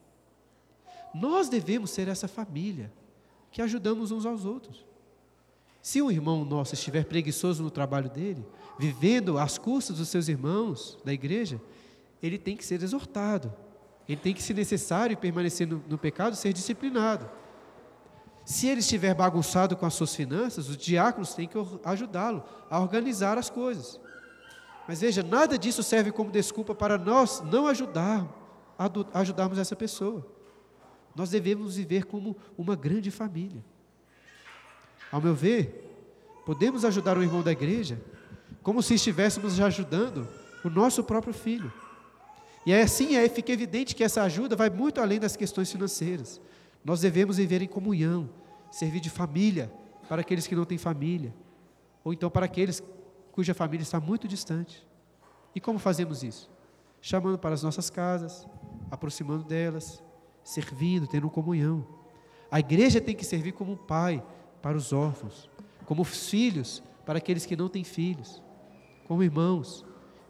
Nós devemos ser essa família que ajudamos uns aos outros. Se um irmão nosso estiver preguiçoso no trabalho dele, vivendo às custas dos seus irmãos da igreja, ele tem que ser exortado, ele tem que, se necessário, permanecer no pecado, ser disciplinado. Se ele estiver bagunçado com as suas finanças, os diáconos têm que ajudá-lo a organizar as coisas. Mas veja, nada disso serve como desculpa para nós não ajudarmos essa pessoa. Nós devemos viver como uma grande família. Ao meu ver, podemos ajudar o irmão da igreja como se estivéssemos ajudando o nosso próprio filho. E assim fica evidente que essa ajuda vai muito além das questões financeiras. Nós devemos viver em comunhão, servir de família para aqueles que não têm família, ou então para aqueles cuja família está muito distante. E como fazemos isso? Chamando para as nossas casas, aproximando delas, servindo, tendo comunhão. A igreja tem que servir como pai para os órfãos, como filhos para aqueles que não têm filhos, como irmãos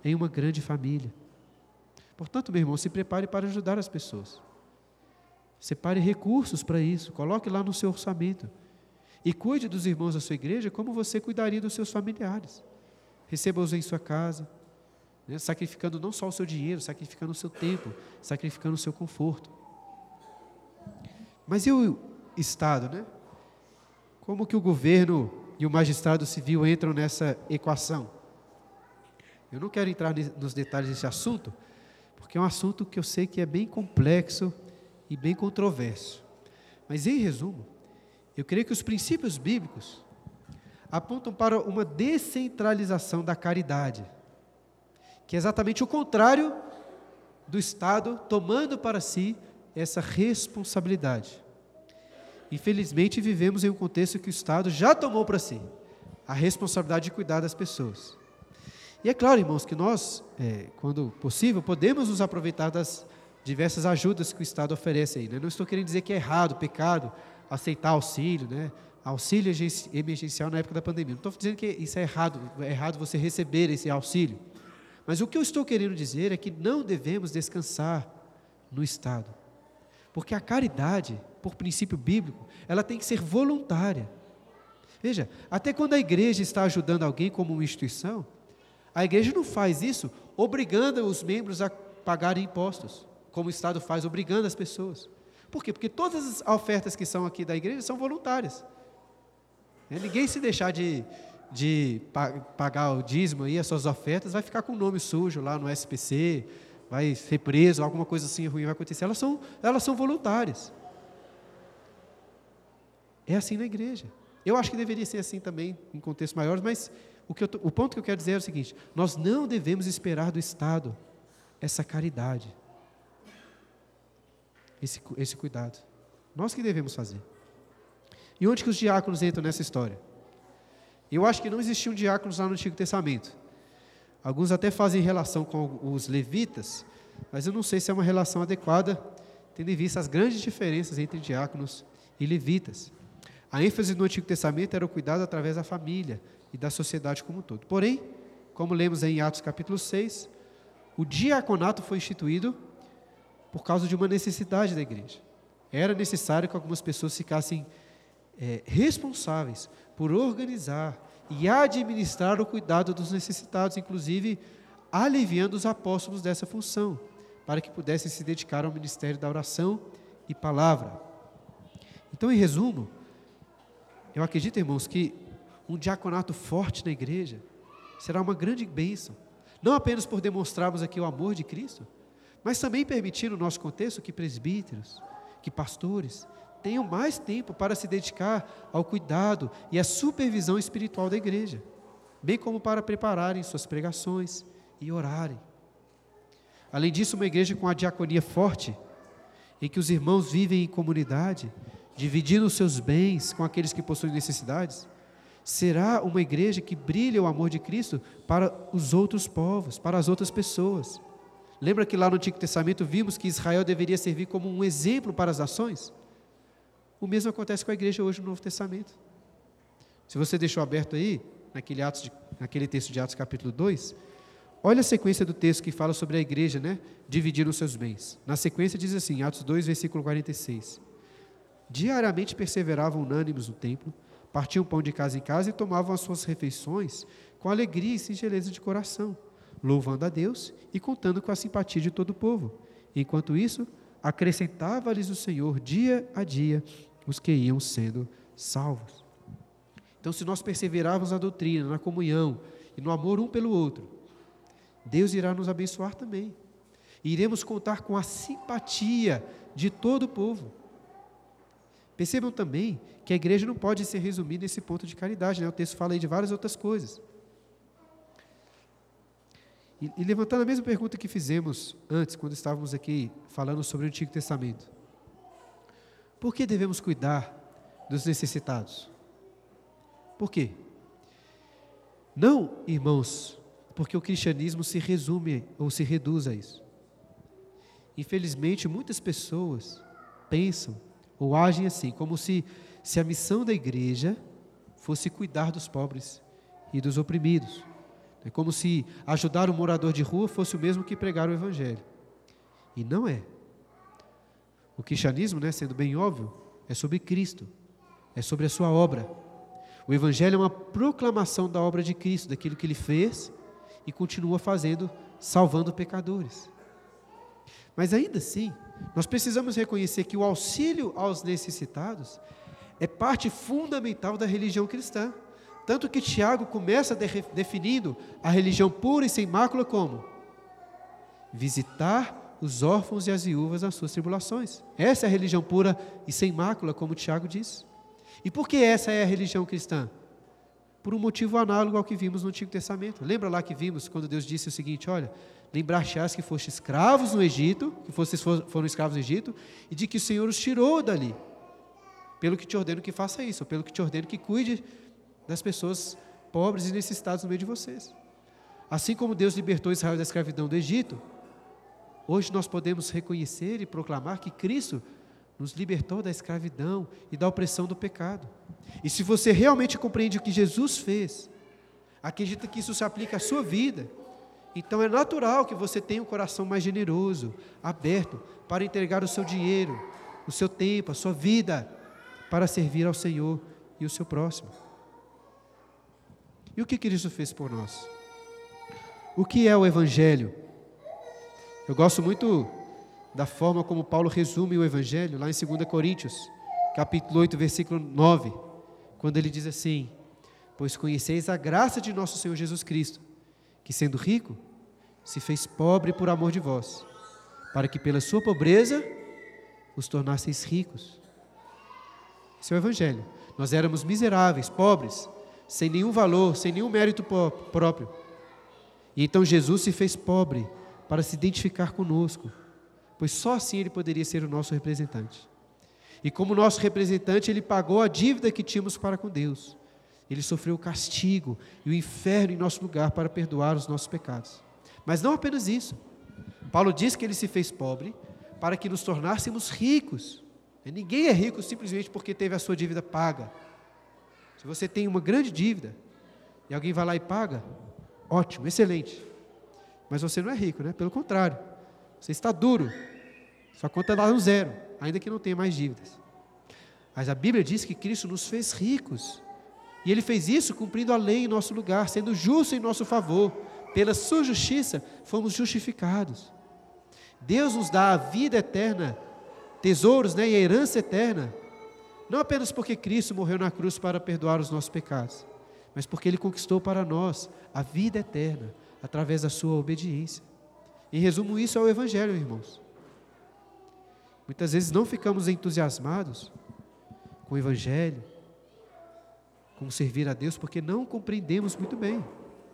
em uma grande família. Portanto, meu irmão, se prepare para ajudar as pessoas. Separe recursos para isso, coloque lá no seu orçamento. E cuide dos irmãos da sua igreja como você cuidaria dos seus familiares. Receba-os em sua casa, né, sacrificando não só o seu dinheiro, sacrificando o seu tempo, sacrificando o seu conforto. Mas e o Estado, né? Como que o governo e o magistrado civil entram nessa equação? Eu não quero entrar nos detalhes desse assunto, porque é um assunto que eu sei que é bem complexo e bem controverso. Mas, em resumo, eu creio que os princípios bíblicos apontam para uma descentralização da caridade, que é exatamente o contrário do Estado tomando para si essa responsabilidade. Infelizmente, vivemos em um contexto que o Estado já tomou para si a responsabilidade de cuidar das pessoas. E é claro, irmãos, que nós, quando possível, podemos nos aproveitar das diversas ajudas que o Estado oferece aí, né? Não estou querendo dizer que é errado, pecado, aceitar auxílio, né? Auxílio emergencial na época da pandemia. Não estou dizendo que isso é errado você receber esse auxílio. Mas o que eu estou querendo dizer é que não devemos descansar no Estado. Porque a caridade, por princípio bíblico, ela tem que ser voluntária. Veja, até quando a igreja está ajudando alguém como uma instituição, a igreja não faz isso obrigando os membros a pagarem impostos, como o Estado faz, obrigando as pessoas. Por quê? Porque todas as ofertas que são aqui da igreja são voluntárias. Ninguém, se deixar de pagar o dízimo e as suas ofertas, vai ficar com o nome sujo lá no SPC, vai ser preso, alguma coisa assim ruim vai acontecer. Elas são voluntárias. É assim na igreja. Eu acho que deveria ser assim também em contextos maiores, mas o ponto que eu quero dizer é o seguinte: nós não devemos esperar do Estado essa caridade, esse cuidado. Nós que devemos fazer. E onde que os diáconos entram nessa história? Eu acho que não existiam diáconos lá no Antigo Testamento. Alguns até fazem relação com os levitas, mas eu não sei se é uma relação adequada, tendo em vista as grandes diferenças entre diáconos e levitas. A ênfase no Antigo Testamento era o cuidado através da família e da sociedade como um todo. Porém, como lemos em Atos capítulo 6, o diaconato foi instituído por causa de uma necessidade da igreja. Era necessário que algumas pessoas ficassem responsáveis por organizar e administrar o cuidado dos necessitados, inclusive aliviando os apóstolos dessa função, para que pudessem se dedicar ao ministério da oração e palavra. Então, em resumo, eu acredito, irmãos, que um diaconato forte na igreja será uma grande bênção, não apenas por demonstrarmos aqui o amor de Cristo, mas também permitir no nosso contexto que presbíteros, que pastores, tenham mais tempo para se dedicar ao cuidado e à supervisão espiritual da igreja, bem como para prepararem suas pregações e orarem. Além disso, uma igreja com a diaconia forte, em que os irmãos vivem em comunidade, dividindo os seus bens com aqueles que possuem necessidades, será uma igreja que brilha o amor de Cristo para os outros povos, para as outras pessoas. Lembra que lá no Antigo Testamento vimos que Israel deveria servir como um exemplo para as nações? O mesmo acontece com a igreja hoje no Novo Testamento. Se você deixou aberto aí, naquele texto de Atos capítulo 2, olha a sequência do texto que fala sobre a igreja, né, dividindo os seus bens. Na sequência diz assim, Atos 2, versículo 46. Diariamente perseveravam unânimes no templo, partiam pão de casa em casa e tomavam as suas refeições com alegria e singeleza de coração, louvando a Deus e contando com a simpatia de todo o povo. Enquanto isso, acrescentava-lhes o Senhor dia a dia os que iam sendo salvos. Então, se nós perseverarmos na doutrina, na comunhão e no amor um pelo outro, Deus irá nos abençoar também. E iremos contar com a simpatia de todo o povo. Percebam também que a igreja não pode ser resumida nesse ponto de caridade, né? O texto fala aí de várias outras coisas. E levantando a mesma pergunta que fizemos antes, quando estávamos aqui falando sobre o Antigo Testamento. Por que devemos cuidar dos necessitados? Por quê? Não, irmãos, porque o cristianismo se resume ou se reduz a isso. Infelizmente, muitas pessoas pensam ou agem assim, como se a missão da igreja fosse cuidar dos pobres e dos oprimidos. É como se ajudar um morador de rua fosse o mesmo que pregar o Evangelho. E não é. O cristianismo, sendo bem óbvio, é sobre Cristo, é sobre a sua obra. O Evangelho é uma proclamação da obra de Cristo, daquilo que Ele fez e continua fazendo, salvando pecadores. Mas ainda assim, nós precisamos reconhecer que o auxílio aos necessitados é parte fundamental da religião cristã. Tanto que Tiago começa definindo a religião pura e sem mácula como? Visitar os órfãos e as viúvas nas suas tribulações. Essa é a religião pura e sem mácula, como Tiago diz. E por que essa é a religião cristã? Por um motivo análogo ao que vimos no Antigo Testamento. Lembra lá que vimos quando Deus disse o seguinte: olha, lembrar-te-ás que foste escravos no Egito, que vocês foram escravos no Egito, e de que o Senhor os tirou dali. Pelo que te ordeno que faça isso, ou pelo que te ordeno que cuide das pessoas pobres e necessitadas no meio de vocês. Assim como Deus libertou Israel da escravidão do Egito, hoje nós podemos reconhecer e proclamar que Cristo nos libertou da escravidão e da opressão do pecado. E se você realmente compreende o que Jesus fez, acredita que isso se aplica à sua vida, então é natural que você tenha um coração mais generoso, aberto, para entregar o seu dinheiro, o seu tempo, a sua vida, para servir ao Senhor e o seu próximo. E o que Cristo fez por nós? O que é o Evangelho? Eu gosto muito da forma como Paulo resume o Evangelho, lá em 2 Coríntios, capítulo 8, versículo 9, quando ele diz assim: pois conheceis a graça de nosso Senhor Jesus Cristo, que sendo rico, se fez pobre por amor de vós, para que pela sua pobreza os tornasseis ricos. Esse é o Evangelho. Nós éramos miseráveis, pobres, sem nenhum valor, sem nenhum mérito próprio. E então Jesus se fez pobre para se identificar conosco, pois só assim Ele poderia ser o nosso representante. E como nosso representante, Ele pagou a dívida que tínhamos para com Deus. Ele sofreu o castigo e o inferno em nosso lugar para perdoar os nossos pecados. Mas não apenas isso. Paulo diz que Ele se fez pobre para que nos tornássemos ricos. Ninguém é rico simplesmente porque teve a sua dívida paga. Se você tem uma grande dívida e alguém vai lá e paga, ótimo, excelente. Mas você não é rico, Pelo contrário, você está duro. Sua conta dá um zero, ainda que não tenha mais dívidas. Mas a Bíblia diz que Cristo nos fez ricos. E Ele fez isso cumprindo a lei em nosso lugar, sendo justo em nosso favor. Pela sua justiça, fomos justificados. Deus nos dá a vida eterna, tesouros, e a herança eterna, não apenas porque Cristo morreu na cruz para perdoar os nossos pecados, mas porque Ele conquistou para nós a vida eterna, através da sua obediência. Em resumo, isso é o Evangelho, irmãos. Muitas vezes não ficamos entusiasmados com o Evangelho, com servir a Deus, porque não compreendemos muito bem.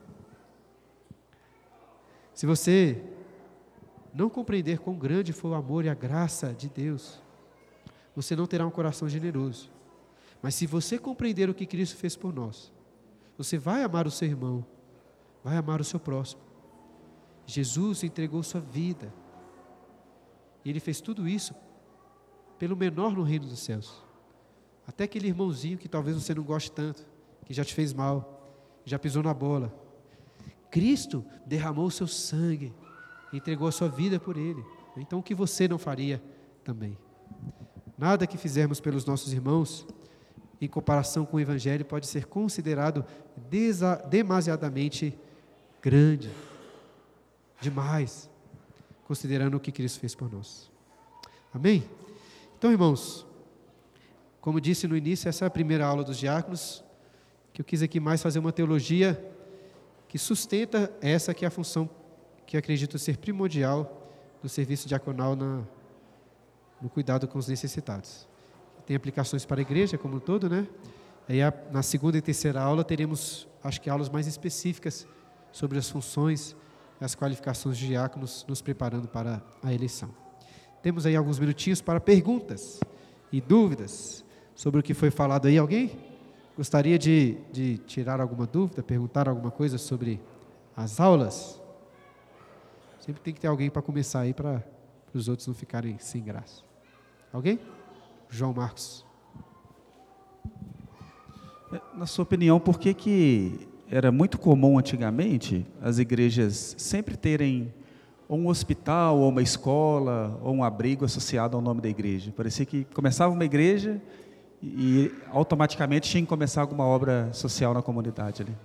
Se você não compreender quão grande foi o amor e a graça de Deus, você não terá um coração generoso. Mas se você compreender o que Cristo fez por nós, você vai amar o seu irmão, vai amar o seu próximo. Jesus entregou sua vida, e Ele fez tudo isso pelo menor no reino dos céus. Até aquele irmãozinho que talvez você não goste tanto, que já te fez mal, já pisou na bola. Cristo derramou o seu sangue, entregou a sua vida por ele. Então o que você não faria também? Nada que fizermos pelos nossos irmãos, em comparação com o Evangelho, pode ser considerado demasiadamente grande, demais, considerando o que Cristo fez por nós. Amém? Então, irmãos, como disse no início, essa é a primeira aula dos diáconos, que eu quis aqui mais fazer uma teologia que sustenta essa que é a função que acredito ser primordial do serviço diaconal no cuidado com os necessitados. Tem aplicações para a igreja como um todo, Aí na segunda e terceira aula teremos, acho que aulas mais específicas sobre as funções e as qualificações de diáconos, nos preparando para a eleição. Temos aí alguns minutinhos para perguntas e dúvidas sobre o que foi falado aí. Alguém gostaria de tirar alguma dúvida, perguntar alguma coisa sobre as aulas? Sempre tem que ter alguém para começar aí, para os outros não ficarem sem graça. Alguém? João Marcos. Na sua opinião, por que era muito comum antigamente as igrejas sempre terem ou um hospital, ou uma escola, ou um abrigo associado ao nome da igreja. Parecia que começava uma igreja e automaticamente tinha que começar alguma obra social na comunidade ali.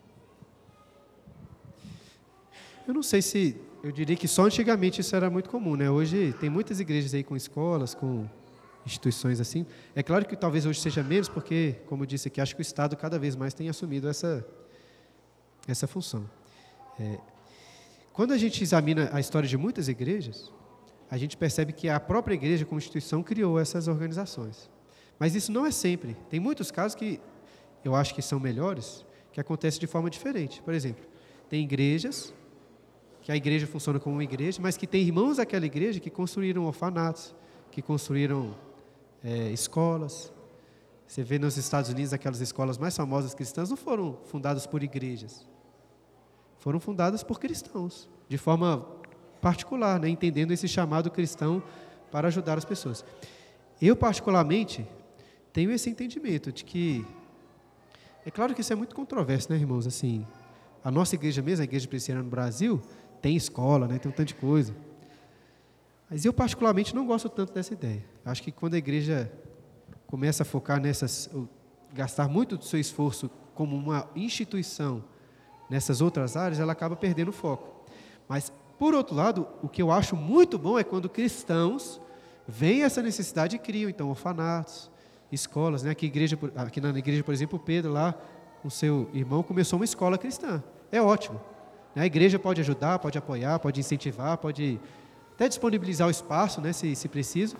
Eu não sei se, eu diria que só antigamente isso era muito comum, né? Hoje tem muitas igrejas aí com escolas, com instituições assim. É claro que talvez hoje seja menos, porque, como eu disse aqui, acho que o Estado cada vez mais tem assumido essa função. Quando a gente examina a história de muitas igrejas, a gente percebe que a própria igreja como instituição criou essas organizações. Mas isso não é sempre. Tem muitos casos que eu acho que são melhores, que acontecem de forma diferente. Por exemplo, tem igrejas que a igreja funciona como uma igreja, mas que tem irmãos daquela igreja que construíram orfanatos, que construíram escolas. Você vê nos Estados Unidos aquelas escolas mais famosas cristãs não foram fundadas por igrejas, foram fundadas por cristãos, de forma particular, né, entendendo esse chamado cristão para ajudar as pessoas. Eu, particularmente, tenho esse entendimento de que, é claro que isso é muito controverso, né, irmãos? Assim, a nossa igreja mesmo, a Igreja Presbiteriana no Brasil, tem escola, né, tem um tanto de coisa. Mas eu, particularmente, não gosto tanto dessa ideia. Acho que quando a igreja começa a focar gastar muito do seu esforço como uma instituição nessas outras áreas, ela acaba perdendo o foco. Mas, por outro lado, o que eu acho muito bom é quando cristãos veem essa necessidade e criam, então, orfanatos, escolas, né? Aqui na igreja, por exemplo, o Pedro, lá, com seu irmão, começou uma escola cristã. É ótimo. Né? A igreja pode ajudar, pode apoiar, pode incentivar, pode até disponibilizar o espaço, né, se preciso.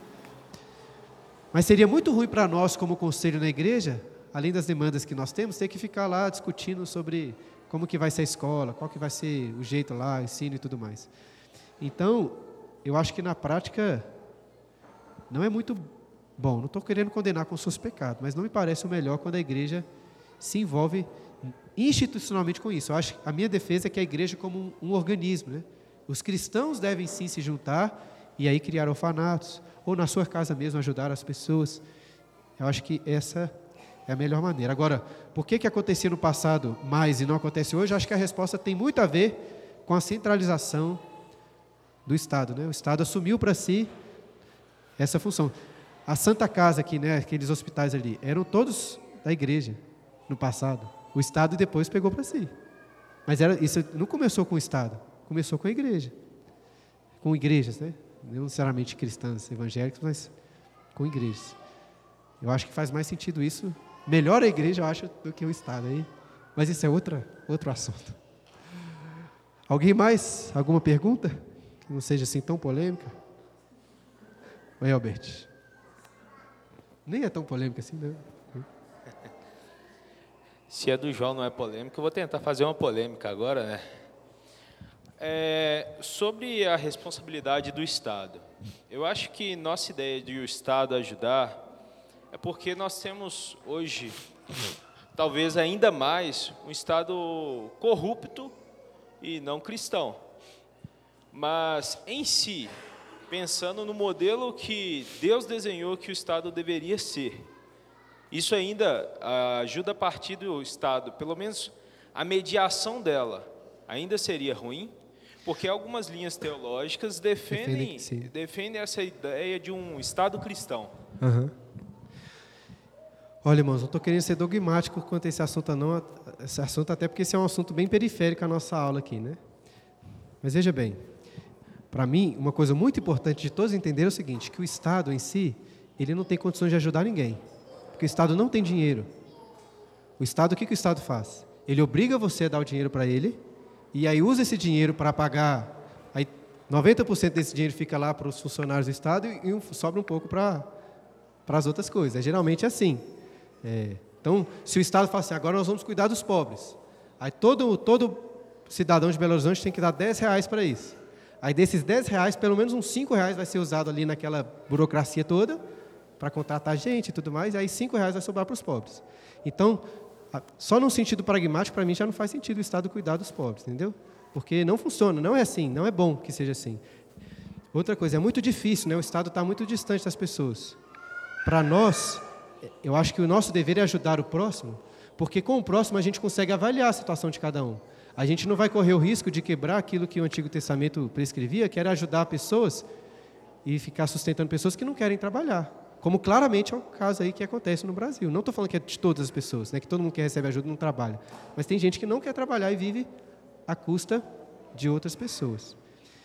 Mas seria muito ruim para nós, como conselho na igreja, além das demandas que nós temos, ter que ficar lá discutindo sobre como que vai ser a escola, qual que vai ser o jeito lá, ensino e tudo mais. Então, eu acho que na prática não é muito bom. Não estou querendo condenar com seus pecados, mas não me parece o melhor quando a igreja se envolve institucionalmente com isso. Eu acho que a minha defesa é que a igreja como um organismo, né? Os cristãos devem sim se juntar e aí criar orfanatos, ou na sua casa mesmo ajudar as pessoas. Eu acho que essa é a melhor maneira. Agora, por que acontecia no passado mais e não acontece hoje? Eu acho que a resposta tem muito a ver com a centralização do Estado, né? O Estado assumiu para si essa função. A Santa Casa aqui, né, aqueles hospitais ali, eram todos da igreja no passado. O Estado depois pegou para si. Mas isso não começou com o Estado, começou com a igreja. Com igrejas, né? Não necessariamente cristãs, evangélicas, mas com igrejas. Eu acho que faz mais sentido isso. Melhor a igreja, eu acho, do que o Estado. Aí. Mas isso é outro assunto. Alguém mais? Alguma pergunta? Que não seja assim tão polêmica? Oi, Albert. Nem é tão polêmica assim, não. Se a do João não é polêmica, eu vou tentar fazer uma polêmica agora, né? Sobre a responsabilidade do Estado. Eu acho que nossa ideia de o Estado ajudar é porque nós temos hoje, talvez ainda mais, um Estado corrupto e não cristão. Mas, em si, pensando no modelo que Deus desenhou que o Estado deveria ser, isso ainda ajuda a partir do Estado, pelo menos a mediação dela ainda seria ruim, porque algumas linhas teológicas defendem essa ideia de um Estado cristão. Uhum. Olha, irmãos, não estou querendo ser dogmático quanto a esse assunto, não. Esse assunto, até porque esse é um assunto bem periférico à nossa aula aqui, né? Mas veja bem, para mim, uma coisa muito importante de todos entenderem é o seguinte, que o Estado em si, ele não tem condições de ajudar ninguém, porque o Estado não tem dinheiro. O Estado, o que o Estado faz? Ele obriga você a dar o dinheiro para ele, e aí usa esse dinheiro para pagar, aí 90% desse dinheiro fica lá para os funcionários do Estado e sobra um pouco para as outras coisas. Geralmente é assim. Então, se o Estado fala assim, agora nós vamos cuidar dos pobres, aí todo cidadão de Belo Horizonte tem que dar R$10 para isso. Aí desses R$10, pelo menos uns R$5 vai ser usado ali naquela burocracia toda, para contratar gente e tudo mais, e aí R$5 vai sobrar para os pobres. Então, só num sentido pragmático, para mim, já não faz sentido o Estado cuidar dos pobres, entendeu? Porque não funciona, não é assim, não é bom que seja assim. Outra coisa, é muito difícil, né? O Estado está muito distante das pessoas. Para nós, eu acho que o nosso dever é ajudar o próximo, Porque com o próximo a gente consegue avaliar a situação de cada um. A gente não vai correr o risco de quebrar aquilo que o Antigo Testamento prescrevia, que era ajudar pessoas e ficar sustentando pessoas que não querem trabalhar. Como claramente é o caso aí que acontece no Brasil. Não estou falando que é de todas as pessoas, né, que todo mundo que recebe ajuda não trabalha. Mas tem gente que não quer trabalhar e vive à custa de outras pessoas.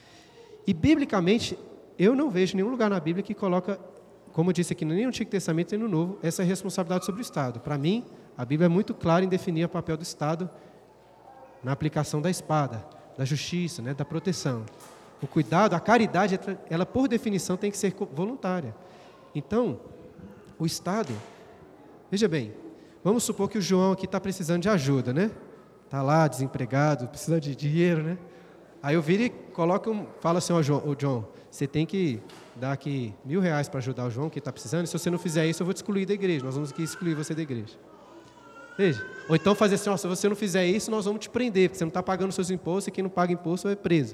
E, biblicamente, eu não vejo nenhum lugar na Bíblia que coloca, como eu disse aqui, nem no Antigo Testamento nem no Novo, essa responsabilidade sobre o Estado. Para mim, a Bíblia é muito clara em definir o papel do Estado na aplicação da espada, da justiça, né, da proteção. O cuidado, a caridade, ela, por definição, tem que ser voluntária. Então, o Estado, veja bem, vamos supor que o João aqui está precisando de ajuda, né? Está lá, desempregado, precisa de dinheiro, né? Aí eu viro e falo assim, ó, João, você tem que dar aqui R$1.000 para ajudar o João, que está precisando, e se você não fizer isso, eu vou te excluir da igreja, nós vamos aqui excluir você da igreja. Veja, ou então fazer assim, ó, se você não fizer isso, nós vamos te prender, porque você não está pagando os seus impostos, e quem não paga imposto é preso.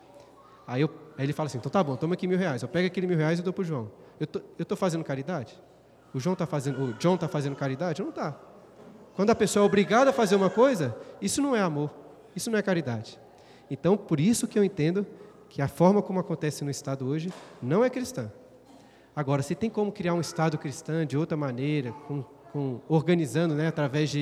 Aí ele fala assim, então tá bom, toma aqui R$1.000, eu pego aquele R$1.000 e dou para o João. Eu estou fazendo caridade? O John está fazendo caridade? Não está. Quando a pessoa é obrigada a fazer uma coisa, isso não é amor, isso não é caridade. Então, por isso que eu entendo que a forma como acontece no Estado hoje não é cristã. Agora, se tem como criar um Estado cristão de outra maneira, organizando, né, através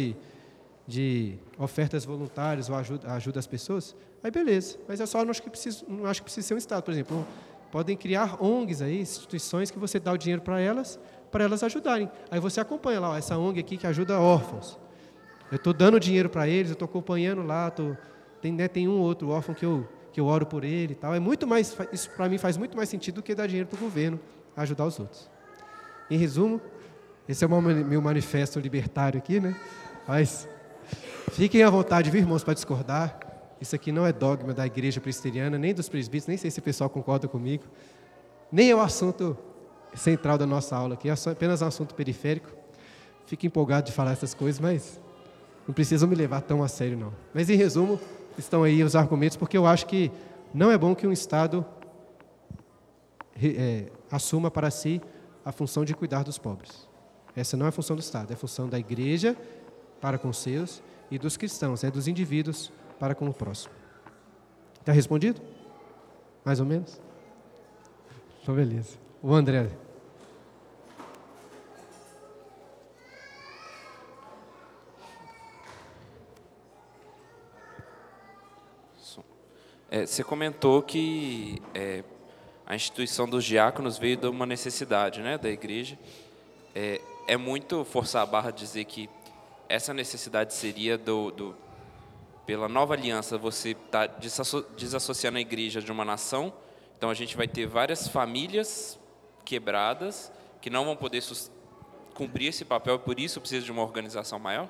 de ofertas voluntárias ou ajuda às pessoas, aí beleza. Mas eu só não acho que precisa ser um Estado. Por exemplo, podem criar ONGs aí, instituições que você dá o dinheiro para elas ajudarem. Aí você acompanha lá, ó, essa ONG aqui que ajuda órfãos. Eu estou dando dinheiro para eles, eu estou acompanhando lá, tem um outro órfão que eu oro por ele e tal. Isso para mim faz muito mais sentido do que dar dinheiro para o governo ajudar os outros. Em resumo, esse é o meu manifesto libertário aqui, né? Mas fiquem à vontade, viu, irmãos, para discordar. Isso aqui não é dogma da igreja presbiteriana, nem dos presbíteros, nem sei se o pessoal concorda comigo. Nem é o assunto central da nossa aula aqui, é apenas um assunto periférico. Fico empolgado de falar essas coisas, mas não precisam me levar tão a sério, não. Mas, em resumo, estão aí os argumentos, porque eu acho que não é bom que um Estado assuma para si a função de cuidar dos pobres. Essa não é a função do Estado, é a função da igreja para com os seus e dos cristãos, dos indivíduos para com o próximo. Está respondido? Mais ou menos? Então, beleza. O André. Você comentou que a instituição dos diáconos veio de uma necessidade, né, da igreja. É muito forçar a barra dizer que essa necessidade seria pela nova aliança, você está desassociando a igreja de uma nação, então a gente vai ter várias famílias quebradas que não vão poder cumprir esse papel, e por isso precisa de uma organização maior?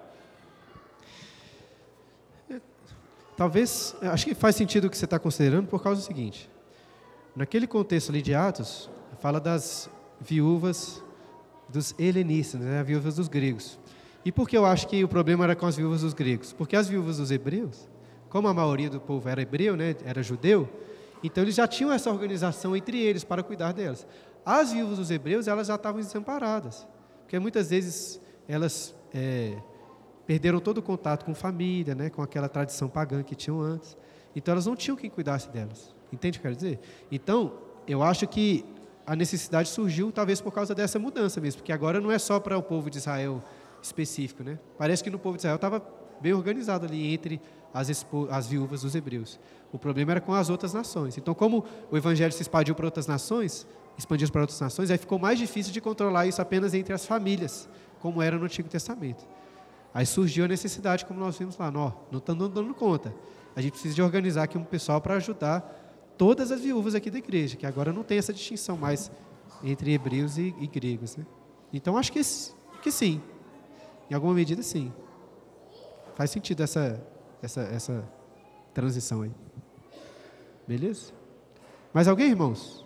Talvez, acho que faz sentido o que você está considerando por causa do seguinte. Naquele contexto ali de Atos, fala das viúvas dos helenistas, né, as viúvas dos gregos. E por que eu acho que o problema era com as viúvas dos gregos? Porque as viúvas dos hebreus, como a maioria do povo era hebreu, né, era judeu, então eles já tinham essa organização entre eles para cuidar delas. As viúvas dos hebreus, elas já estavam desamparadas, porque muitas vezes elas perderam todo o contato com família, né, com aquela tradição pagã que tinham antes. Então elas não tinham quem cuidasse delas. Entende o que eu quero dizer? Então, eu acho que a necessidade surgiu talvez por causa dessa mudança mesmo, porque agora não é só para o povo de Israel específico, né? Parece que no povo de Israel estava bem organizado ali entre as viúvas dos hebreus. O problema era com as outras nações. Então, como o evangelho se expandiu para outras nações, aí ficou mais difícil de controlar isso apenas entre as famílias, como era no Antigo Testamento. Aí surgiu a necessidade, como nós vimos lá, não estamos dando conta. A gente precisa de organizar aqui um pessoal para ajudar todas as viúvas aqui da igreja, que agora não tem essa distinção mais entre hebreus e gregos, né? Então, acho que sim. Em alguma medida, sim. Faz sentido essa transição aí. Beleza? Mais alguém, irmãos?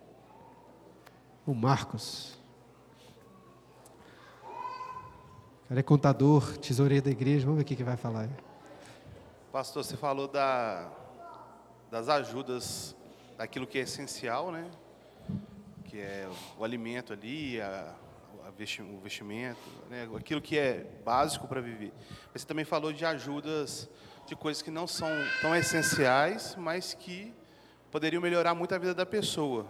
O Marcos. O cara é contador, tesoureiro da igreja. Vamos ver o que vai falar. Pastor, você falou das ajudas, daquilo que é essencial, né? Que é o alimento ali, o vestimento, né, aquilo que é básico para viver. Mas você também falou de ajudas, de coisas que não são tão essenciais, mas que poderiam melhorar muito a vida da pessoa.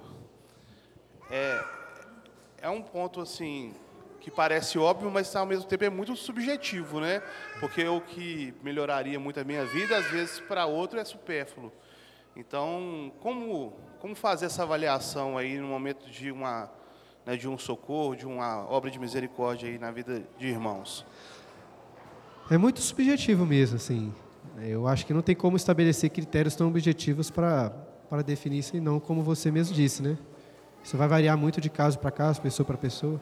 É um ponto assim que parece óbvio, mas ao mesmo tempo é muito subjetivo, né? Porque o que melhoraria muito a minha vida, às vezes para outro é supérfluo. Então, como fazer essa avaliação aí no momento de de um socorro, de uma obra de misericórdia aí na vida de irmãos? É muito subjetivo mesmo, assim. Eu acho que não tem como estabelecer critérios tão objetivos para definir isso, e não, como você mesmo disse, né? Isso vai variar muito de caso para caso, pessoa para pessoa.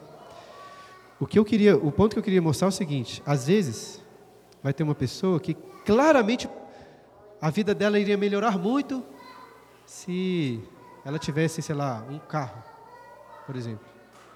O ponto que eu queria mostrar é o seguinte: às vezes vai ter uma pessoa que claramente a vida dela iria melhorar muito se ela tivesse, sei lá, um carro, por exemplo.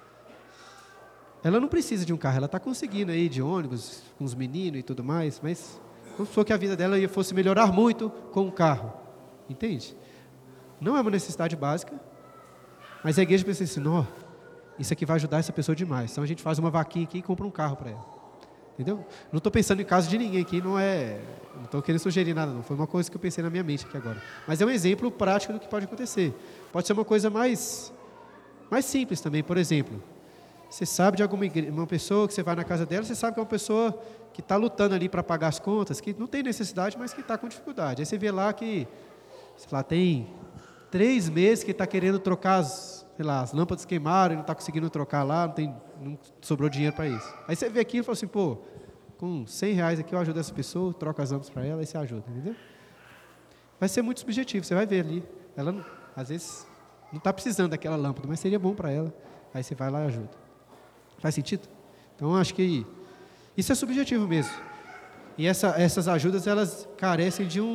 Ela não precisa de um carro, ela está conseguindo aí de ônibus, com os meninos e tudo mais, mas vamos supor que a vida dela fosse melhorar muito com um carro, entende? Não é uma necessidade básica, mas a igreja pensa assim: não, isso aqui vai ajudar essa pessoa demais, então a gente faz uma vaquinha aqui e compra um carro para ela, entendeu? Não estou pensando em caso de ninguém aqui, não estou querendo sugerir nada, não, foi uma coisa que eu pensei na minha mente aqui agora, mas é um exemplo prático do que pode acontecer. Pode ser uma coisa mais simples também. Por exemplo, você sabe de uma pessoa que você vai na casa dela, você sabe que é uma pessoa que está lutando ali para pagar as contas, que não tem necessidade, mas que está com dificuldade. Aí você vê lá que, sei lá, tem 3 meses que está querendo trocar as lâmpadas queimaram e não está conseguindo trocar lá, não sobrou dinheiro para isso. Aí você vê aquilo e fala assim: pô, com R$100 aqui eu ajudo essa pessoa, troco as lâmpadas para ela, aí você ajuda, entendeu? Vai ser muito subjetivo, você vai ver ali. Ela, às vezes, não está precisando daquela lâmpada, mas seria bom para ela. Aí você vai lá e ajuda. Faz sentido? Então, acho que isso é subjetivo mesmo. E essas ajudas, elas carecem de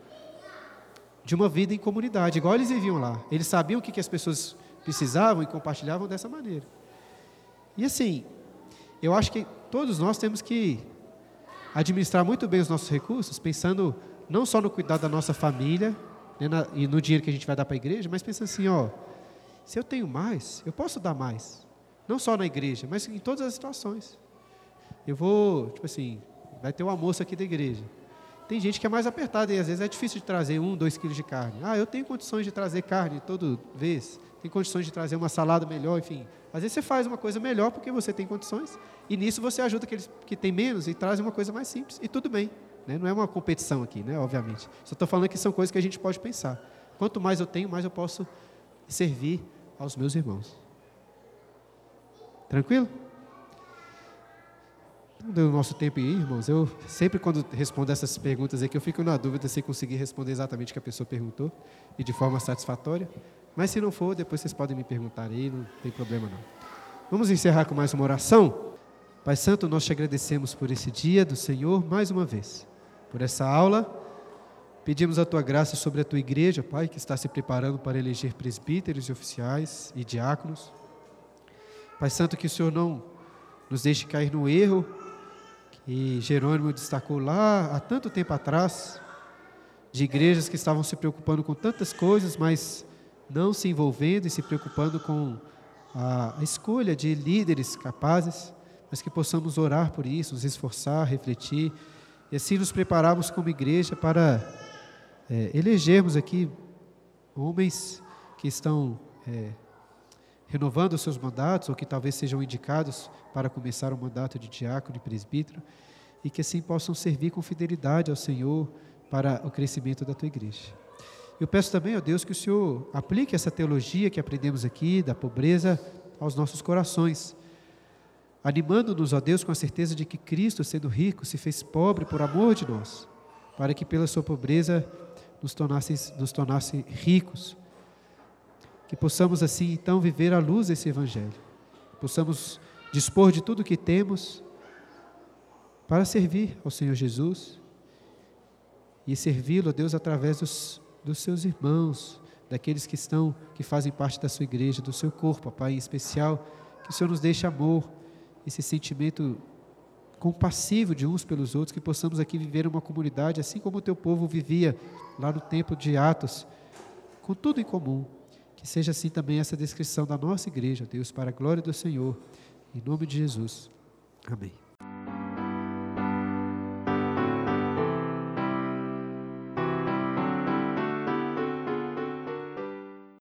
uma vida em comunidade, igual eles viviam lá. Eles sabiam o que as pessoas precisavam e compartilhavam dessa maneira. E assim, eu acho que todos nós temos que administrar muito bem os nossos recursos, pensando não só no cuidado da nossa família, né, e no dinheiro que a gente vai dar para a igreja, mas pensando assim: se eu tenho mais, eu posso dar mais. Não só na igreja, mas em todas as situações. Eu vou, vai ter um almoço aqui da igreja. Tem gente que é mais apertada e às vezes é difícil de trazer 2 quilos de carne. Eu tenho condições de trazer carne toda vez. Tem condições de trazer uma salada melhor, enfim. Às vezes você faz uma coisa melhor porque você tem condições. E nisso você ajuda aqueles que têm menos e trazem uma coisa mais simples. E tudo bem, né? Não é uma competição aqui, né? Obviamente. Só estou falando que são coisas que a gente pode pensar. Quanto mais eu tenho, mais eu posso servir aos meus irmãos. Tranquilo? Não deu o nosso tempo aí, irmãos. Eu sempre, quando respondo essas perguntas aqui, eu fico na dúvida se conseguir responder exatamente o que a pessoa perguntou e de forma satisfatória. Mas se não for, depois vocês podem me perguntar aí, não tem problema não. Vamos encerrar com mais uma oração? Pai Santo, nós te agradecemos por esse dia do Senhor, mais uma vez, por essa aula. Pedimos a tua graça sobre a tua igreja, Pai, que está se preparando para eleger presbíteros e oficiais e diáconos. Pai Santo, que o Senhor não nos deixe cair no erro que Jerônimo destacou lá há tanto tempo atrás, de igrejas que estavam se preocupando com tantas coisas, mas não se envolvendo e se preocupando com a escolha de líderes capazes, mas que possamos orar por isso, nos esforçar, refletir, e assim nos prepararmos como igreja para elegermos aqui homens que estão renovando os seus mandatos, ou que talvez sejam indicados para começar o mandato de diácono e presbítero, e que assim possam servir com fidelidade ao Senhor para o crescimento da tua igreja. Eu peço também, ó Deus, que o Senhor aplique essa teologia que aprendemos aqui, da pobreza, aos nossos corações, animando-nos, ó Deus, com a certeza de que Cristo, sendo rico, se fez pobre por amor de nós, para que pela sua pobreza nos tornasse ricos. Que possamos assim, então, viver à luz desse Evangelho. Possamos dispor de tudo o que temos para servir ao Senhor Jesus e servi-lo, ó Deus, através dos seus irmãos, daqueles que fazem parte da sua igreja, do seu corpo, Pai, em especial, que o Senhor nos deixe amor, esse sentimento compassivo de uns pelos outros, que possamos aqui viver uma comunidade, assim como o teu povo vivia lá no tempo de Atos, com tudo em comum. Que seja assim também essa descrição da nossa igreja, Deus, para a glória do Senhor, Em nome de Jesus. Amém.